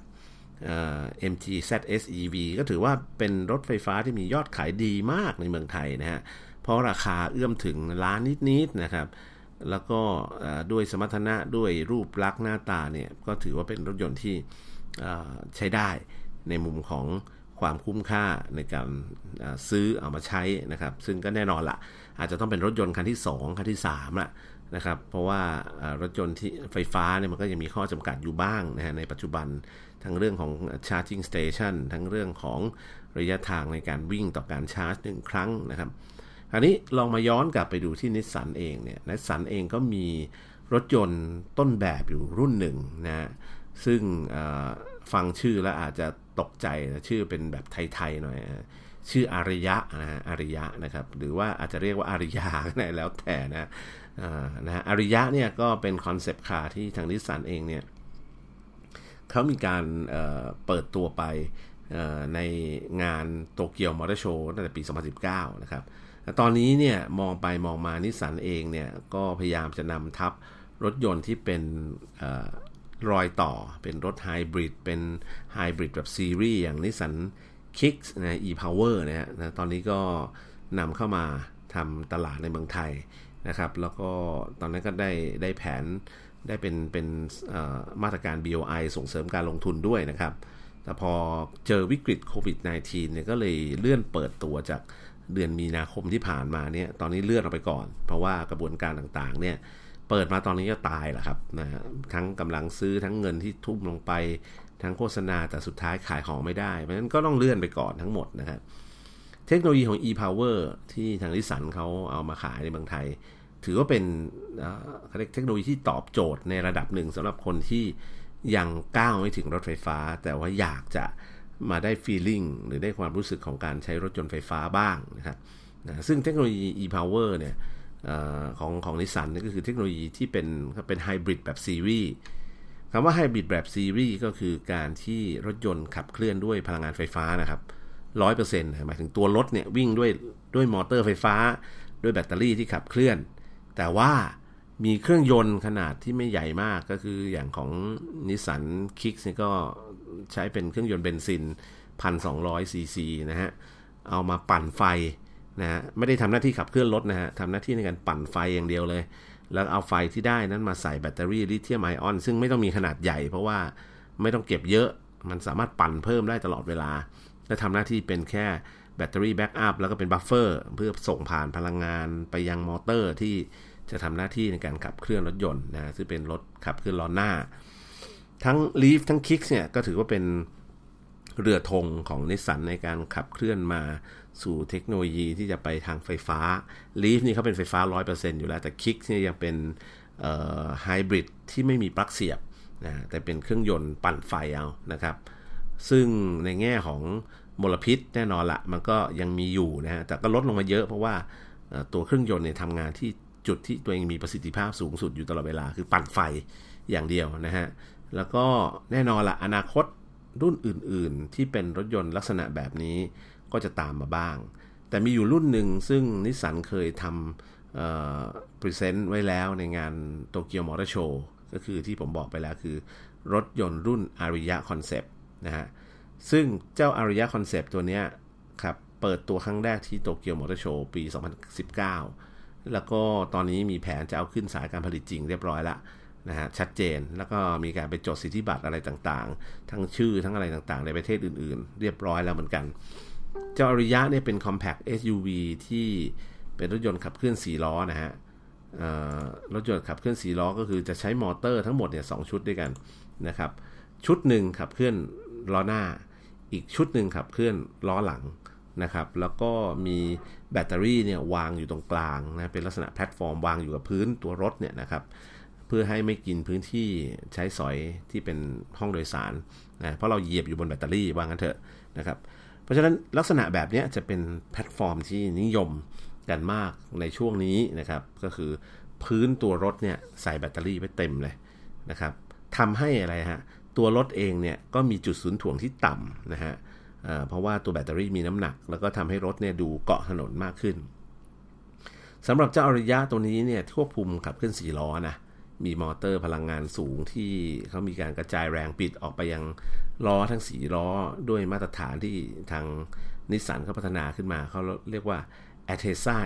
MG ZS EV ก็ถือว่าเป็นรถไฟฟ้าที่มียอดขายดีมากในเมืองไทยนะฮะเพราะราคาเอื้อมถึงล้านนิดๆนะครับแล้วก็ด้วยสมรรถนะด้วยรูปลักษณ์หน้าตาเนี่ยก็ถือว่าเป็นรถยนต์ที่ใช้ได้ในมุมของความคุ้มค่าในการซื้อเอามาใช้นะครับซึ่งก็แน่นอนละอาจจะต้องเป็นรถยนต์คันที่2คันที่3ละนะครับเพราะว่ารถยนต์ที่ไฟฟ้าเนี่ยมันก็ยังมีข้อจำกัดอยู่บ้างนะฮะในปัจจุบันทั้งเรื่องของ charging station ทั้งเรื่องของระยะทางในการวิ่งต่อการชาร์จ1ครั้งนะครับคราวนี้ลองมาย้อนกลับไปดูที่นิสสันเองเนี่ยนิสสันเองก็มีรถยนต์ต้นแบบอยู่รุ่นหนึ่งนะซึ่งฟังชื่อแล้วอาจจะตกใจนะชื่อเป็นแบบไทยๆหน่อยชื่ออาริยะนะอาริยะนะครับหรือว่าอาจจะเรียกว่าอาริยาก็ได้แล้วแต่นะอาริยะเนี่ยก็เป็นคอนเซปต์คาร์ที่ทางนิสสันเองเนี่ยเขามีการเปิดตัวไปในงานโตเกียวมอเตอร์โชว์ตั้งแต่ปี 2019 นะครับตอนนี้เนี่ยมองไปมองมานิสสันเองเนี่ยก็พยายามจะนำทับรถยนต์ที่เป็นรอยต่อเป็นรถไฮบริดเป็นไฮบริดแบบซีรีส์อย่างนิสสันKicks นะ e-power นะตอนนี้ก็นำเข้ามาทำตลาดในเมืองไทยนะครับแล้วก็ตอนนั้นก็ได้แผนได้เป็นมาตรการ BOI ส่งเสริมการลงทุนด้วยนะครับแต่พอเจอวิกฤตโควิด -19 เนี่ยก็เลยเลื่อนเปิดตัวจากเดือนมีนาคมที่ผ่านมาเนี่ยตอนนี้เลื่อนออกไปก่อนเพราะว่ากระบวนการต่างๆเนี่ยเปิดมาตอนนี้ก็ตายแหละครับนะทั้งกำลังซื้อทั้งเงินที่ทุ่มลงไปทั้งโฆษณาแต่สุดท้ายขายของไม่ได้เพราะฉะนั้นก็ต้องเลื่อนไปก่อนทั้งหมดนะครับเทคโนโลยีของ e-power ที่ทางนิสสันเขาเอามาขายในเมืองไทยถือว่าเป็นเทคโนโลยีที่ตอบโจทย์ในระดับหนึ่งสำหรับคนที่ยังก้าวไม่ถึงรถไฟฟ้าแต่ว่าอยากจะมาได้ feeling หรือได้ความรู้สึกของการใช้รถยนต์ไฟฟ้าบ้างนะครับซึ่งเทคโนโลยี e-power เนี่ยของนิสสันนี่ก็คือเทคโนโลยีที่เป็นไฮบริดแบบซีรีส์คำว่าไฮบริดแบบซีรีส์ก็คือการที่รถยนต์ขับเคลื่อนด้วยพลังงานไฟฟ้านะครับ 100% หมายถึงตัวรถเนี่ยวิ่งด้วยมอเตอร์ไฟฟ้าด้วยแบตเตอรี่ที่ขับเคลื่อนแต่ว่ามีเครื่องยนต์ขนาดที่ไม่ใหญ่มากก็คืออย่างของ Nissan Kicks นี่ก็ใช้เป็นเครื่องยนต์เบนซิน 1,200 ซีซีนะฮะเอามาปั่นไฟนะฮะไม่ได้ทำหน้าที่ขับเคลื่อนรถนะฮะทำหน้าที่ในการปั่นไฟอย่างเดียวเลยแล้วเอาไฟที่ได้นั้นมาใส่แบตเตอรี่ลิเธียมไอออนซึ่งไม่ต้องมีขนาดใหญ่เพราะว่าไม่ต้องเก็บเยอะมันสามารถปั่นเพิ่มได้ตลอดเวลาและทำหน้าที่เป็นแค่แบตเตอรี่แบ็กอัพแล้วก็เป็นบัฟเฟอร์เพื่อส่งผ่านพลังงานไปยังมอเตอร์ที่จะทำหน้าที่ในการขับเคลื่อนรถยนต์นะซึ่งเป็นรถขับเคลื่อนล้อหน้าทั้ง Leaf ทั้ง Kicks เนี่ยก็ถือว่าเป็นเรือธงของ Nissan ในการขับเคลื่อนมาสู่เทคโนโลยีที่จะไปทางไฟฟ้า Leaf นี่เขาเป็นไฟฟ้า 100% อยู่แล้วแต่ Kicks เนี่ยยังเป็นไฮบริดที่ไม่มีปลั๊กเสียบนะแต่เป็นเครื่องยนต์ปั่นไฟเอานะครับซึ่งในแง่ของมลพิษแน่นอนละมันก็ยังมีอยู่นะฮะแต่ก็ลดลงมาเยอะเพราะว่าตัวเครื่องยนต์เนี่ยทำงานที่จุดที่ตัวเองมีประสิทธิภาพสูงสุดอยู่ตลอดเวลาคือปั่นไฟอย่างเดียวนะฮะแล้วก็แน่นอนละอนาคตรุ่นอื่นๆที่เป็นรถยนต์ลักษณะแบบนี้ก็จะตามมาบ้างแต่มีอยู่รุ่นหนึ่งซึ่งนิสสันเคยทำพรีเซนต์ไว้แล้วในงานโตเกียวมอเตอร์โชว์ก็คือที่ผมบอกไปแล้วคือรถยนต์รุ่นอาริยะคอนเซปต์นะฮะซึ่งเจ้าอาริยะคอนเซปต์ตัวเนี้ยครับเปิดตัวครั้งแรกที่โตเกียวมอเตอร์โชว์ปี 2019 แล้วก็ตอนนี้มีแผนจะเอาขึ้นสายการผลิตจริงเรียบร้อยแล้วนะฮะชัดเจนแล้วก็มีการไปจดสิทธิบัตรอะไรต่างๆทั้งชื่อทั้งอะไรต่างๆในประเทศอื่นๆเรียบร้อยแล้วเหมือนกันเจ้าอาริยะเนี่ยเป็น compact SUV ที่เป็นรถยนต์ขับเคลื่อน4ล้อนะฮะรถยนต์ขับเคลื่อน4ล้อก็คือจะใช้มอเตอร์ทั้งหมดเนี่ย2ชุดด้วยกันนะครับชุดหนึ่งขับเคลื่อนล้อหน้าอีกชุดหนึ่งขับเคลื่อนล้อหลังนะครับแล้วก็มีแบตเตอรี่เนี่ยวางอยู่ตรงกลางนะเป็นลักษณะแพลตฟอร์มวางอยู่กับพื้นตัวรถเนี่ยนะครับเพื่อให้ไม่กินพื้นที่ใช้สอยที่เป็นห้องโดยสารนะเพราะเราเหยียบอยู่บนแบตเตอรี่ว่างั้นเถอะนะครับเพราะฉะนั้นลักษณะแบบนี้จะเป็นแพลตฟอร์มที่นิยมกันมากในช่วงนี้นะครับก็คือพื้นตัวรถเนี่ยใส่แบตเตอรี่ไว้เต็มเลยนะครับทำให้อะไรฮะตัวรถเองเนี่ยก็มีจุดศูนย์ถ่วงที่ต่ำนะฮะเพราะว่าตัวแบตเตอรี่มีน้ำหนักแล้วก็ทำให้รถเนี่ยดูเกาะถนนมากขึ้นสำหรับเจ้าอริยะตัวนี้เนี่ยควบคุมขับเคลื่อน4ล้อนะมีมอเตอร์พลังงานสูงที่เขามีการกระจายแรงบิดออกไปยังล้อทั้ง4ล้อด้วยมาตรฐานที่ทางนิสสันเขาพัฒนาขึ้นมาเขาเรียกว่า Atesa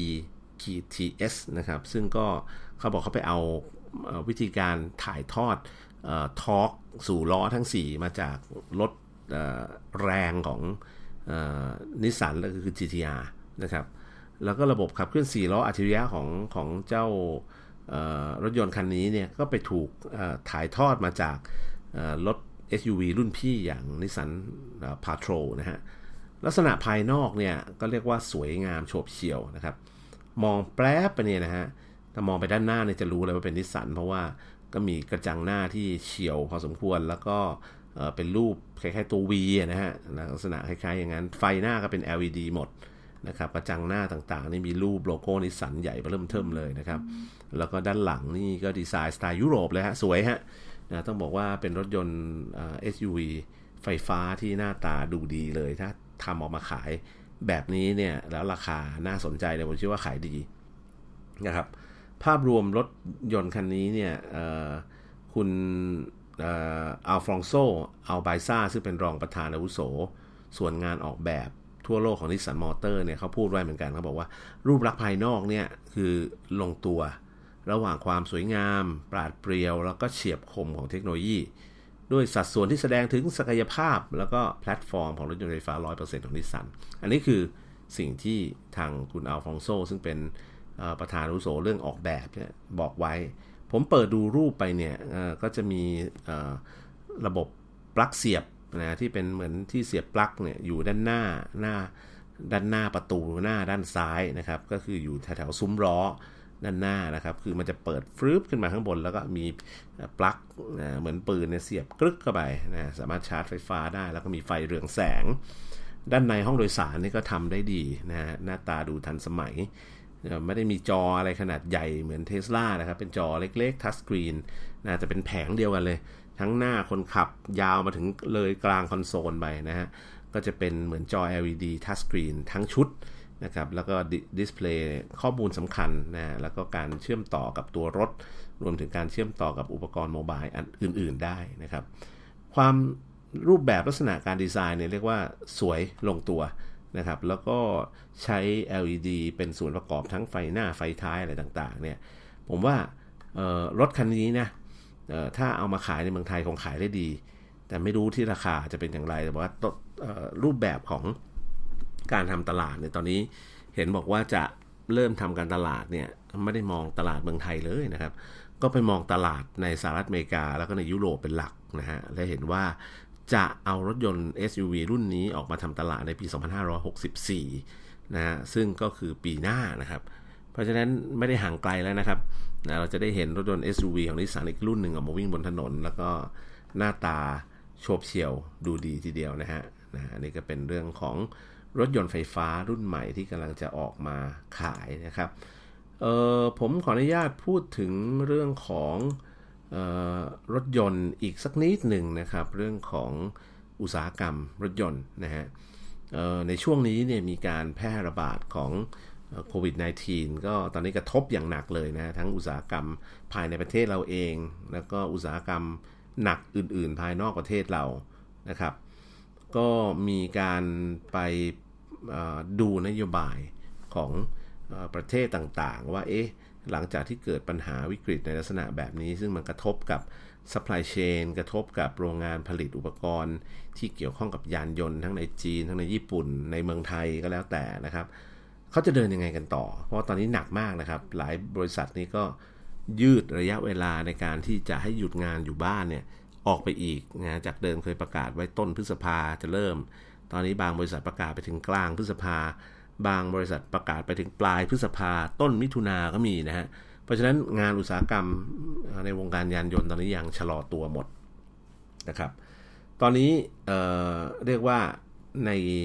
E-GTS นะครับซึ่งก็เขาบอกเขาไปเอาวิธีการถ่ายทอดทอร์กสู่ล้อทั้ง4มาจากรถแรงของนิสสันแล้วก็คือ GTR นะครับแล้วก็ระบบขับเคลื่อน4ล้ออัจฉริยะของเจ้ารถยนต์คันนี้เนี่ยก็ไปถูกถ่ายทอดมาจากรถ SUV รุ่นพี่อย่าง Nissan Patrol นะฮะลักษณะภายนอกเนี่ยก็เรียกว่าสวยงามโฉบเฉี่ยวนะครับมองแป๊บไปเนี่ยนะฮะถ้ามองไปด้านหน้าเนี่ยจะรู้เลยว่าเป็นนิสสันเพราะว่าก็มีกระจังหน้าที่เฉียวพอสมควรแล้วก็เป็นรูปคล้ายๆตัว V นะฮะลักษณะคล้ายๆอย่างนั้นไฟหน้าก็เป็น LED หมดนะครับกระจังหน้าต่างๆนี่มีรูปโลโก้นิสสันใหญ่เริ่มเทิมเลยนะครับแล้วก็ด้านหลังนี่ก็ดีไซน์สไตล์ยุโรปเลยฮะสวยฮะต้องบอกว่าเป็นรถยนต์ SUV ไฟฟ้าที่หน้าตาดูดีเลยถ้าทำออกมาขายแบบนี้เนี่ยแล้วราคาน่าสนใจเลยผมเชื่อว่าขายดีนะครับภาพรวมรถยนต์คันนี้เนี่ยคุณอัลฟองโซอัลไบซ่าซึ่งเป็นรองประธานอาวุโสส่วนงานออกแบบทั่วโลกของ Nissan Motor เนี่ยเขาพูดไว้เหมือนกันเขาบอกว่ารูปลักษณ์ภายนอกเนี่ยคือลงตัวระหว่างความสวยงามปราดเปรียวแล้วก็เฉียบคมของเทคโนโลยีด้วยสัดส่วนที่แสดงถึงศักยภาพแล้วก็แพลตฟอร์มของรถยนต์ไฟฟ้า 100% ของ Nissan อันนี้คือสิ่งที่ทางคุณอัลฟองโซซึ่งเป็นประธานอาวุโสเรื่องออกแบบเนี่ยบอกไว้ผมเปิดดูรูปไปเนี่ยก็จะมีระบบปลั๊กเสียบนะที่เป็นเหมือนที่เสียบปลั๊กเนี่ยอยู่ด้านหน้าประตูหน้าด้านซ้ายนะครับก็คืออยู่แถวๆซุ้มล้อด้านหน้านะครับคือมันจะเปิดฟรึบขึ้นมาข้างบนแล้วก็มีปลั๊กเหมือนปืนเนี่ยเสียบกรึกเข้าไปนะสามารถชาร์จไฟฟ้าได้แล้วก็มีไฟเรืองแสงด้านในห้องโดยสารนี่ก็ทำได้ดีนะหน้าตาดูทันสมัยไม่ได้มีจออะไรขนาดใหญ่เหมือน Tesla นะครับเป็นจอเล็กๆทัชสกรีนนะแต่เป็นแผงเดียวกันเลยทั้งหน้าคนขับยาวมาถึงเลยกลางคอนโซลไปนะฮะก็จะเป็นเหมือนจอ LED ทัชสกรีนทั้งชุดนะครับแล้วก็ดิสเพลย์ข้อมูลสำคัญนะแล้วก็การเชื่อมต่อกับตัวรถรวมถึงการเชื่อมต่อกับอุปกรณ์โมบายอันอื่นๆได้นะครับความรูปแบบลักษณะการดีไซน์เนี่ยเรียกว่าสวยลงตัวนะครับแล้วก็ใช้ LED เป็นส่วนประกอบทั้งไฟหน้าไฟท้ายอะไรต่างๆเนี่ยผมว่ารถคันนี้นะถ้าเอามาขายในเมืองไทยคงขายได้ดีแต่ไม่รู้ที่ราคาจะเป็นอย่างไรแต่ว่ารูปแบบของการทำตลาดเนี่ยตอนนี้เห็นบอกว่าจะเริ่มทำการตลาดเนี่ยไม่ได้มองตลาดเมืองไทยเลยนะครับก็ไปมองตลาดในสหรัฐอเมริกาแล้วก็ในยุโรปเป็นหลักนะฮะและเห็นว่าจะเอารถยนต์ SUV รุ่นนี้ออกมาทำตลาดในปี 2564 นะฮะซึ่งก็คือปีหน้านะครับเพราะฉะนั้นไม่ได้ห่างไกลแล้วนะครับเราจะได้เห็นรถยนต์ SUV ของนิสสันอีกรุ่นหนึ่งออกมาวิ่งบนถนนแล้วก็หน้าตาโฉบเฉี่ยวดูดีทีเดียวนะฮะอันนี้ก็เป็นเรื่องของรถยนต์ไฟฟ้ารุ่นใหม่ที่กำลังจะออกมาขายนะครับผมขออนุญาตพูดถึงเรื่องของรถยนต์อีกสักนิดหนึ่งนะครับเรื่องของอุตสาหกรรมรถยนต์นะฮะในช่วงนี้เนี่ยมีการแพร่ระบาดของโควิด -19 ก็ตอนนี้กระทบอย่างหนักเลยนะทั้งอุตสาหกรรมภายในประเทศเราเองแล้วก็อุตสาหกรรมหนักอื่นๆภายนอกประเทศเรานะครับก็มีการไปดูนโยบายของประเทศต่างๆว่าหลังจากที่เกิดปัญหาวิกฤตในลักษณะแบบนี้ซึ่งมันกระทบกับ supply chain กระทบกับโรงงานผลิตอุปกรณ์ที่เกี่ยวข้องกับยานยนต์ทั้งในจีนทั้งในญี่ปุ่นในเมืองไทยก็แล้วแต่นะครับเขาจะเดินยังไงกันต่อเพราะตอนนี้หนักมากนะครับหลายบริษัทนี้ก็ยืดระยะเวลาในการที่จะให้หยุดงานอยู่บ้านเนี่ยออกไปอีกนะจากเดิมเคยประกาศไว้ต้นพฤษภาจะเริ่มตอนนี้บางบริษัทประกาศไปถึงกลางพฤษภาบางบริษัทประกาศไปถึงปลายพฤษภาต้นมิถุนาก็มีนะฮะเพราะฉะนั้นงานอุตสาหกรรมในวงการยานยนต์ตอนนี้ยังชะลอตัวหมดนะครับตอนนี้เรียกว่าใน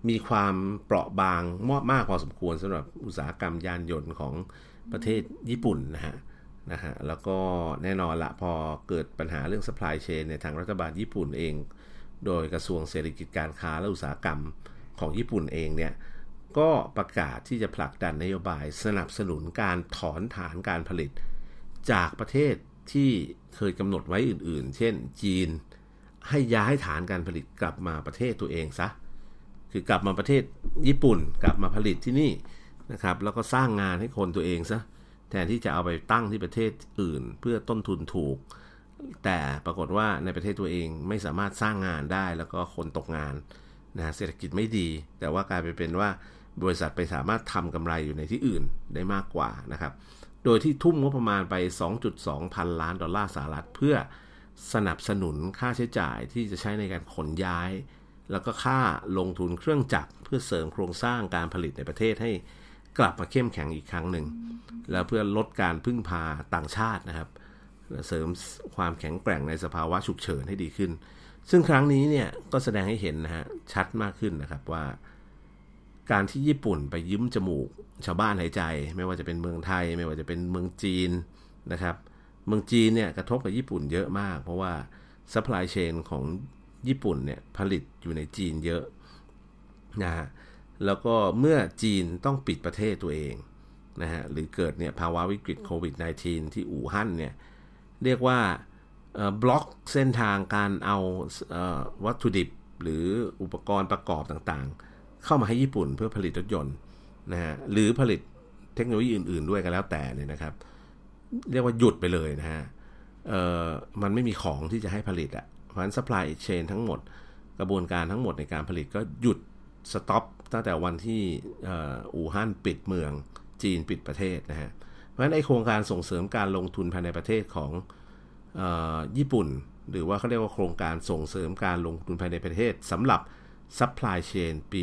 มีความเปราะบางมากพอสมควรสำหรับอุตสาหกรรมยานยนต์ของประเทศญี่ปุ่นนะฮะแล้วก็แน่นอนละพอเกิดปัญหาเรื่อง supply chain ในทางรัฐบาลญี่ปุ่นเองโดยกระทรวงเศรษฐกิจการค้าและอุตสาหกรรมของญี่ปุ่นเองเนี่ยก็ประกาศที่จะผลักดันนโยบายสนับสนุนการถอนฐานการผลิตจากประเทศที่เคยกำหนดไว้อื่นๆเช่นจีนให้ย้ายฐานการผลิตกลับมาประเทศตัวเองซะคือกลับมาประเทศญี่ปุ่นกลับมาผลิตที่นี่นะครับแล้วก็สร้างงานให้คนตัวเองซะแทนที่จะเอาไปตั้งที่ประเทศอื่นเพื่อต้นทุนถูกแต่ปรากฏว่าในประเทศตัวเองไม่สามารถสร้างงานได้แล้วก็คนตกงานนะเศรษฐกิจไม่ดีแต่ว่ากลายไปเป็นว่าบริษัทไปสามารถทำกำไรอยู่ในที่อื่นได้มากกว่านะครับโดยที่ทุ่มงบประมาณไป 2.2 พันล้านดอลลาร์สหรัฐเพื่อสนับสนุนค่าใช้จ่ายที่จะใช้ในการขนย้ายแล้วก็ค่าลงทุนเครื่องจักรเพื่อเสริมโครงสร้างการผลิตในประเทศให้กลับมาเข้มแข็งอีกครั้งหนึ่งแล้วเพื่อลดการพึ่งพาต่างชาตินะครับเสริมความแข็งแกร่งในสภาวะฉุกเฉินให้ดีขึ้นซึ่งครั้งนี้เนี่ยก็แสดงให้เห็นนะฮะชัดมากขึ้นนะครับว่าการที่ญี่ปุ่นไปยืมจมูกชาวบ้านหายใจไม่ว่าจะเป็นเมืองไทยไม่ว่าจะเป็นเมืองจีนนะครับเมืองจีนเนี่ยกระทบกับญี่ปุ่นเยอะมากเพราะว่า supply chain ของญี่ปุ่นเนี่ยผลิตอยู่ในจีนเยอะนะฮะแล้วก็เมื่อจีนต้องปิดประเทศตัวเองนะฮะหรือเกิดเนี่ยภาวะวิกฤตโควิด -19 ที่อู่ฮั่นเนี่ยเรียกว่าบล็อกเส้นทางการเอาวัตถุดิบหรืออุปกรณ์ประกอบต่างๆเข้ามาให้ญี่ปุ่นเพื่อผลิตรถยนต์นะฮะหรือผลิตเทคโนโลยีอื่นๆด้วยก็แล้วแต่เนี่ยนะครับเรียกว่าหยุดไปเลยนะฮะมันไม่มีของที่จะให้ผลิตอ่ะเพราะฉะนั้น supply chain ทั้งหมดกระบวนการทั้งหมดในการผลิตก็หยุดสต็อปตั้งแต่วันที่อู่ฮั่นปิดเมืองจีนปิดประเทศนะฮะเพราะฉะนั้นไอโครงการส่งเสริมการลงทุนภายในประเทศของญี่ปุ่นหรือว่าเขาเรียกว่าโครงการส่งเสริมการลงทุนภายในประเทศสำหรับ supply chain ปี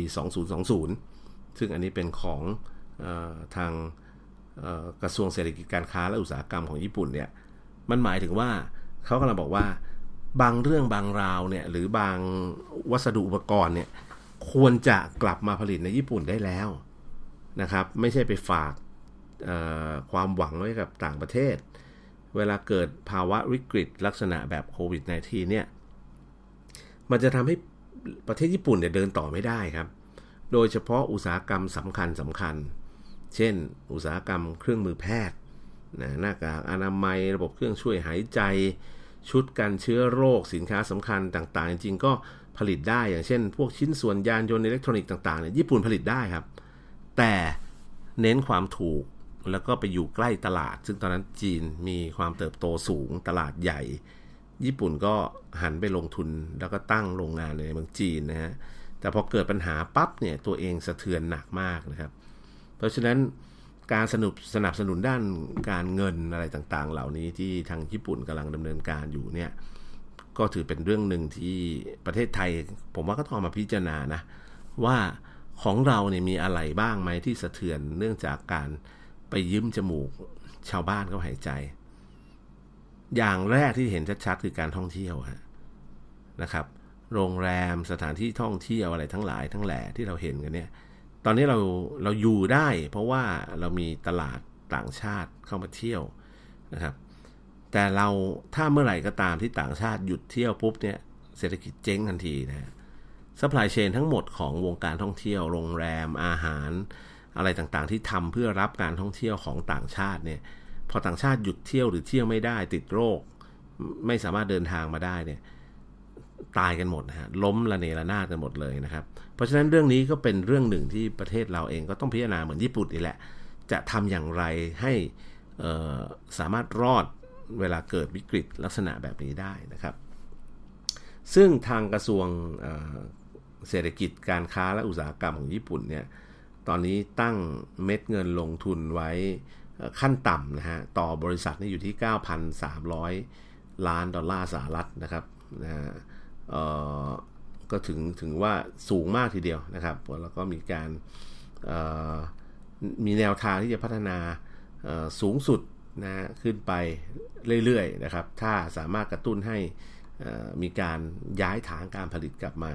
2020 ซึ่งอันนี้เป็นของทางกระทรวงเศรษฐกิจการค้าและอุตสาหกรรมของญี่ปุ่นเนี่ยมันหมายถึงว่าเขากำลังบอกว่าบางเรื่องบางราวเนี่ยหรือบางวัสดุอุปกรณ์เนี่ยควรจะกลับมาผลิตในญี่ปุ่นได้แล้วนะครับไม่ใช่ไปฝากความหวังไว้กับต่างประเทศเวลาเกิดภาวะวิกฤตลักษณะแบบโควิด -19 เนี่ยมันจะทำให้ประเทศญี่ปุ่นเนี่ยเดินต่อไม่ได้ครับโดยเฉพาะอุตสาหกรรมสำคัญเช่นอุตสาหกรรมเครื่องมือแพทย์หน้ากากอนามัยระบบเครื่องช่วยหายใจชุดกันเชื้อโรคสินค้าสำคัญต่างๆจริงๆก็ผลิตได้อย่างเช่นพวกชิ้นส่วนยานยนต์อิเล็กทรอนิกส์ต่างๆเนี่ยญี่ปุ่นผลิตได้ครับแต่เน้นความถูกแล้วก็ไปอยู่ใกล้ตลาดซึ่งตอนนั้นจีนมีความเติบโตสูงตลาดใหญ่ญี่ปุ่นก็หันไปลงทุนแล้วก็ตั้งโรงงานในเมืองจีนนะฮะแต่พอเกิดปัญหาปั๊บเนี่ยตัวเองสะเทือนหนักมากนะครับเพราะฉะนั้นการสนับสนุนด้านการเงินอะไรต่างๆเหล่านี้ที่ทางญี่ปุ่นกำลังดำเนินการอยู่เนี่ยก็ถือเป็นเรื่องหนึ่งที่ประเทศไทยผมว่าก็ต้องมาพิจารณานะว่าของเราเนี่ยมีอะไรบ้างไหมที่สะเทือนเนื่องจากการไปยืมจมูกชาวบ้านเขาหายใจอย่างแรกที่เห็นชัดๆคือการท่องเที่ยวนะครับโรงแรมสถานที่ท่องเที่ยวอะไรทั้งหลายทั้งแหล่ที่เราเห็นกันเนี่ยตอนนี้เราอยู่ได้เพราะว่าเรามีตลาดต่างชาติเข้ามาเที่ยวนะครับแต่เราถ้าเมื่อไหร่ก็ตามที่ต่างชาติหยุดเที่ยวปุ๊บเนี่ยเศรษฐกิจเจ๊งทันทีนะซัพพลายเชนทั้งหมดของวงการท่องเที่ยวโรงแรมอาหารอะไรต่างๆที่ทำเพื่อรับการท่องเที่ยวของต่างชาติเนี่ยพอต่างชาติหยุดเที่ยวหรือเที่ยวไม่ได้ติดโรคไม่สามารถเดินทางมาได้เนี่ยตายกันหมดนะฮะล้มระเนระนาดกันหมดเลยนะครับเพราะฉะนั้นเรื่องนี้ก็เป็นเรื่องหนึ่งที่ประเทศเราเองก็ต้องพิจารณาเหมือนญี่ปุ่นนี่แหละจะทำอย่างไรให้สามารถรอดเวลาเกิดวิกฤตลักษณะแบบนี้ได้นะครับซึ่งทางกระทรวงเศรษฐกิจการค้าและอุตสาหกรรมของญี่ปุ่นเนี่ยตอนนี้ตั้งเม็ดเงินลงทุนไว้ขั้นต่ำนะฮะต่อบริษัทนี่อยู่ที่ 9,300 ล้านดอลลาร์สหรัฐนะครับก็ถึงว่าสูงมากทีเดียวนะครับแล้วก็มีการมีแนวทางที่จะพัฒนาสูงสุดนะขึ้นไปเรื่อยๆนะครับถ้าสามารถกระตุ้นให้มีการย้ายฐานการผลิตกลับมา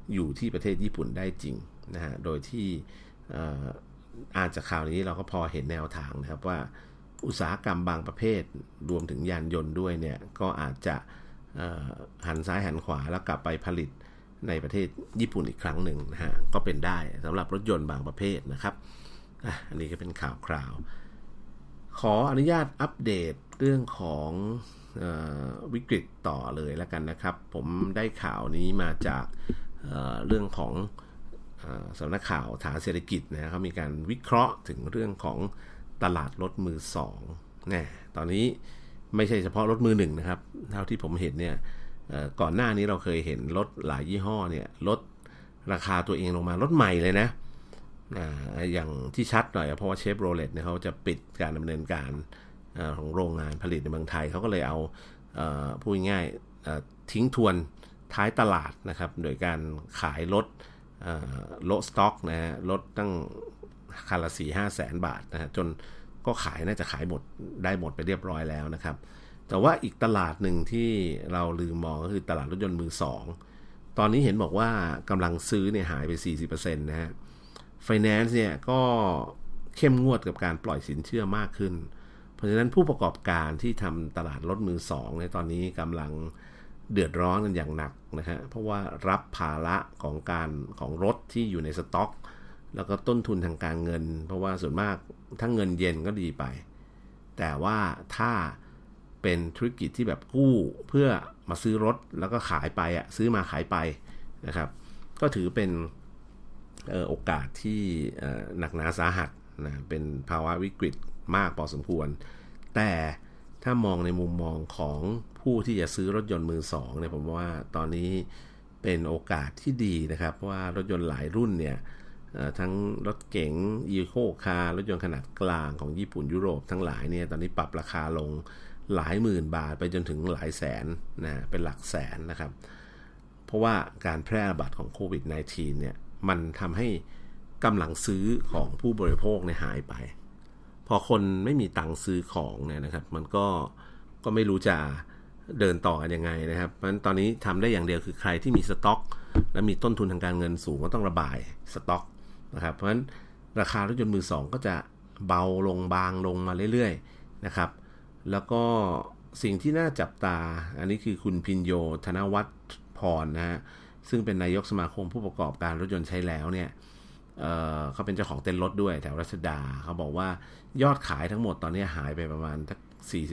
อยู่ที่ประเทศญี่ปุ่นได้จริงนะฮะโดยที่อ่านจากข่าวนี้เราก็พอเห็นแนวทางนะครับว่าอุตสาหกรรมบางประเภทรวมถึงยานยนต์ด้วยเนี่ยก็อาจจะหันซ้ายหันขวาแล้วกลับไปผลิตในประเทศญี่ปุ่นอีกครั้งหนึ่งนะฮะก็เป็นได้สำหรับรถยนต์บางประเภทนะครับอันนี้ก็เป็นข่าวคราวขออนุญาตอัปเดตเรื่องของวิกฤตต่อเลยแล้วกันนะครับผมได้ข่าวนี้มาจากเรื่องของสำนักข่าวฐานเศรษฐกิจนะเขามีการวิเคราะห์ถึงเรื่องของตลาดรถมือสองนะตอนนี้ไม่ใช่เฉพาะรถมือหนึ่งนะครับเท่าที่ผมเห็นเนี่ยก่อนหน้านี้เราเคยเห็นรถหลายยี่ห้อเนี่ยลดราคาตัวเองลงมารถใหม่เลยนะอย่างที่ชัดหน่อยเพราะว่าเชฟโรเลตเนี่ยเขาจะปิดการดำเนินการของโรงงานผลิตในเมืองไทยเขาก็เลยเอาพูดง่ายทิ้งทวนท้ายตลาดนะครับโดยการขายรถโลสต็อกนะฮะรถตั้งคันละ 4-5 แสนบาทนะฮะจนก็น่าจะขายหมดไปเรียบร้อยแล้วนะครับแต่ว่าอีกตลาดหนึ่งที่เราลืมมองก็คือตลาดรถยนต์มือสองตอนนี้เห็นบอกว่ากำลังซื้อเนี่ยหายไป 40% นะฮะ Finance เนี่ยก็เข้มงวดกับการปล่อยสินเชื่อมากขึ้นเพราะฉะนั้นผู้ประกอบการที่ทำตลาดรถมือสองในตอนนี้กำลังเดือดร้อนกันอย่างหนักนะฮะเพราะว่ารับภาระของรถที่อยู่ในสต็อกแล้วก็ต้นทุนทางการเงินเพราะว่าส่วนมากถ้าเงินเย็นก็ดีไปแต่ว่าถ้าเป็นธุรกิจที่แบบกู้เพื่อมาซื้อรถแล้วก็ขายไปซื้อมาขายไปนะครับก็ถือเป็นโอกาสที่หนักหนาสาหัสนะเป็นภาวะวิกฤตมากพอสมควรแต่ถ้ามองในมุมมองของผู้ที่จะซื้อรถยนต์มือสองเนี่ยผมว่าตอนนี้เป็นโอกาสที่ดีนะครับเพราะว่ารถยนต์หลายรุ่นเนี่ยทั้งรถเก๋งอีโคคาร์รถยนต์ขนาดกลางของญี่ปุ่นยุโรปทั้งหลายเนี่ยตอนนี้ปรับราคาลงหลายหมื่นบาทไปจนถึงหลายแสนนะเป็นหลักแสนนะครับเพราะว่าการแพร่ระบาดของโควิด -19 เนี่ยมันทำให้กำลังซื้อของผู้บริโภคเนี่ยหายไปพอคนไม่มีตังค์ซื้อของเนี่ยนะครับมันก็ไม่รู้จะเดินต่อกันยังไงนะครับเพราะฉะนั้นตอนนี้ทำได้อย่างเดียวคือใครที่มีสต็อกและมีต้นทุนทางการเงินสูงก็ต้องระบายสต็อกนะครับเพราะฉะนั้นราคารถยนต์มือสองก็จะเบาลงบางลงมาเรื่อยๆนะครับแล้วก็สิ่งที่น่าจับตาอันนี้คือคุณพินโยธนวัฒน์พรนะฮะซึ่งเป็นนายกสมาคมผู้ประกอบการรถยนต์ใช้แล้วเนี่ยเขาเป็นเจ้าของเต็นท์รถด้วยแถวรัชดาเขาบอกว่ายอดขายทั้งหมดตอนนี้หายไปประมาณสัก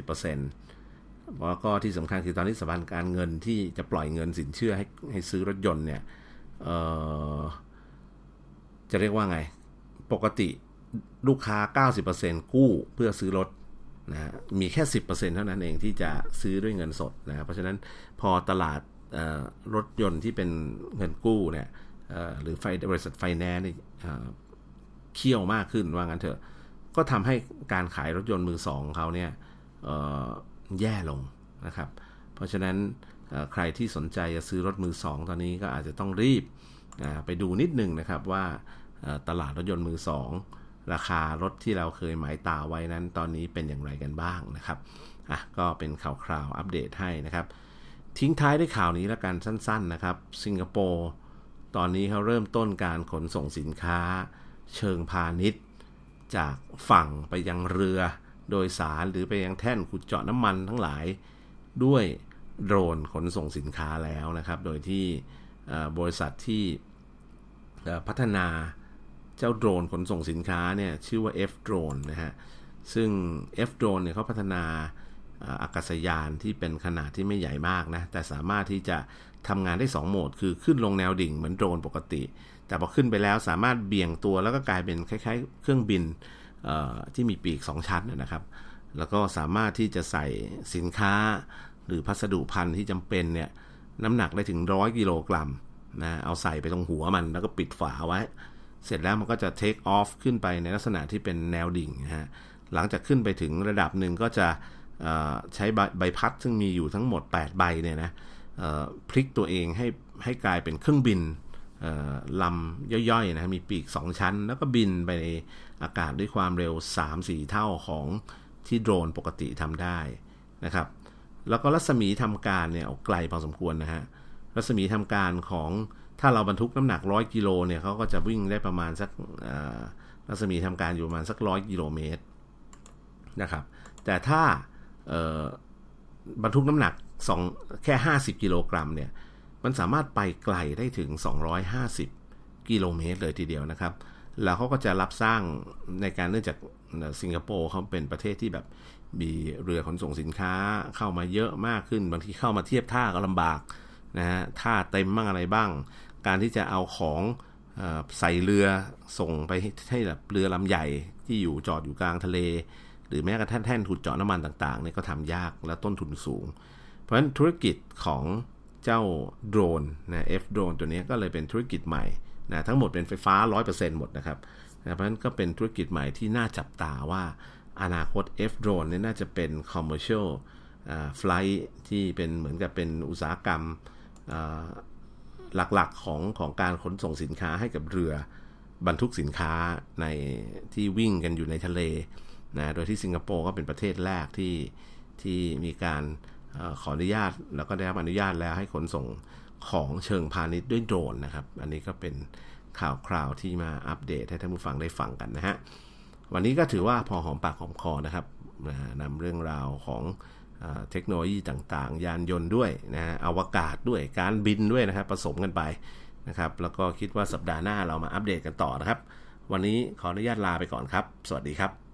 40% แล้วก็ที่สำคัญคือตอนนี้สถาบันการเงินที่จะปล่อยเงินสินเชื่อให้ซื้อรถยนต์เนี่ยจะเรียกว่าไงปกติลูกค้า 90% กู้เพื่อซื้อรถนะมีแค่ 10% เท่านั้นเองที่จะซื้อด้วยเงินสดนะเพราะฉะนั้นพอตลาดรถยนต์ที่เป็นเงินกู้เนี่ยหรือบริษัทไฟแนนซ์เคี่ยวมากขึ้นว่างั้นเถอะก็ทำให้การขายรถยนต์มือสองเขาเนี่ยแย่ลงนะครับเพราะฉะนั้นใครที่สนใจจะซื้อรถมือสองตอนนี้ก็อาจจะต้องรีบไปดูนิดนึงนะครับว่าตลาดรถยนต์มือสองราคารถที่เราเคยหมายตาไว้นั้นตอนนี้เป็นอย่างไรกันบ้างนะครับก็เป็นข่าวคราวอัปเดตให้นะครับทิ้งท้ายด้วยข่าวนี้แล้วกันสั้นๆนะครับสิงคโปร์ตอนนี้เขาเริ่มต้นการขนส่งสินค้าเชิงพาณิชย์จากฝั่งไปยังเรือโดยสารหรือไปยังแท่นขุดเจาะน้ำมันทั้งหลายด้วยโดรนขนส่งสินค้าแล้วนะครับโดยที่บริษัทที่พัฒนาเจ้าโดรนขนส่งสินค้าเนี่ยชื่อว่า F-Drone นะฮะซึ่ง F-Drone เนี่ยเขาพัฒนาอากาศยานที่เป็นขนาดที่ไม่ใหญ่มากนะแต่สามารถที่จะทำงานได้2โหมดคือขึ้นลงแนวดิ่งเหมือนโดรนปกติแต่พอขึ้นไปแล้วสามารถเบี่ยงตัวแล้วก็กลายเป็นคล้ายๆเครื่องบินที่มีปีก2ชั้นนะครับแล้วก็สามารถที่จะใส่สินค้าหรือพัสดุภัณฑ์ที่จำเป็นเนี่ยน้ำหนักได้ถึง100 กิโลกรัมนะเอาใส่ไปตรงหัวมันแล้วก็ปิดฝาไว้เสร็จแล้วมันก็จะ take off ขึ้นไปในลักษณะที่เป็นแนวดิ่งนะฮะหลังจากขึ้นไปถึงระดับหนึ่งก็จะใช้ใบพัดซึ่งมีอยู่ทั้งหมด8ใบเนี่ยนะพลิกตัวเองให้กลายเป็นเครื่องบินลำย่อยๆนะมีปีก2ชั้นแล้วก็บินไปในอากาศด้วยความเร็ว 3-4 เท่าของที่โดรนปกติทำได้นะครับแล้วก็รัศมีทำการเนี่ยเอาไกลพอสมควรนะฮะรัศมีทำการของถ้าเราบรรทุกน้ำหนัก100 กิโลเนี่ยเขาก็จะวิ่งได้ประมาณสักรัศมีทำการอยู่ประมาณสัก100 กิโลเมตรนะครับแต่ถ้าบรรทุกน้ำหนักแค่50 กิโลกรัมเนี่ยมันสามารถไปไกลได้ถึง250 กิโลเมตรเลยทีเดียวนะครับแล้วเขาก็จะรับสร้างในการเนื่องจากสิงคโปร์เขาเป็นประเทศที่แบบมีเรือขนส่งสินค้าเข้ามาเยอะมากขึ้นบางทีเข้ามาเทียบท่าก็ลำบากนะฮะท่าเต็มบ้างอะไรบ้างการที่จะเอาของใส่เรือส่งไปให้แบบเรือลำใหญ่ที่อยู่จอดอยู่กลางทะเลหรือแม้กระทั่งแท่นขุดเจาะน้ำมันต่างๆเนี่ยก็ทำยากและต้นทุนสูงเพราะฉะนั้นธุรกิจของเจ้าโดรนนะ F Drone ตัวนี้ก็เลยเป็นธุรกิจใหม่นะทั้งหมดเป็นไฟฟ้า 100% หมดนะครับเพราะฉะนั้นก็เป็นธุรกิจใหม่ที่น่าจับตาว่าอนาคต F Drone เนี่ยน่าจะเป็น commercial flight ที่เป็นเหมือนกับเป็นอุตสาหกรรมหลักๆของการขนส่งสินค้าให้กับเรือบรรทุกสินค้าในที่วิ่งกันอยู่ในทะเลนะโดยที่สิงคโปร์ก็เป็นประเทศแรกที่มีการขออนุญาตแล้วก็ได้รับอนุญาตแล้วให้ขนส่งของเชิงพาณิชย์ด้วยโดรนนะครับอันนี้ก็เป็นข่าวคราวที่มาอัปเดตให้ท่านผู้ฟังได้ฟังกันนะฮะวันนี้ก็ถือว่าพอหอมปากหอมคอนะครับนำเรื่องราวของเทคโนโลยีต่างๆยานยนต์ด้วยนะฮะอวกาศด้วยการบินด้วยนะครับผสมกันไปนะครับแล้วก็คิดว่าสัปดาห์หน้าเรามาอัปเดตกันต่อนะครับวันนี้ขออนุญาตลาไปก่อนครับสวัสดีครับ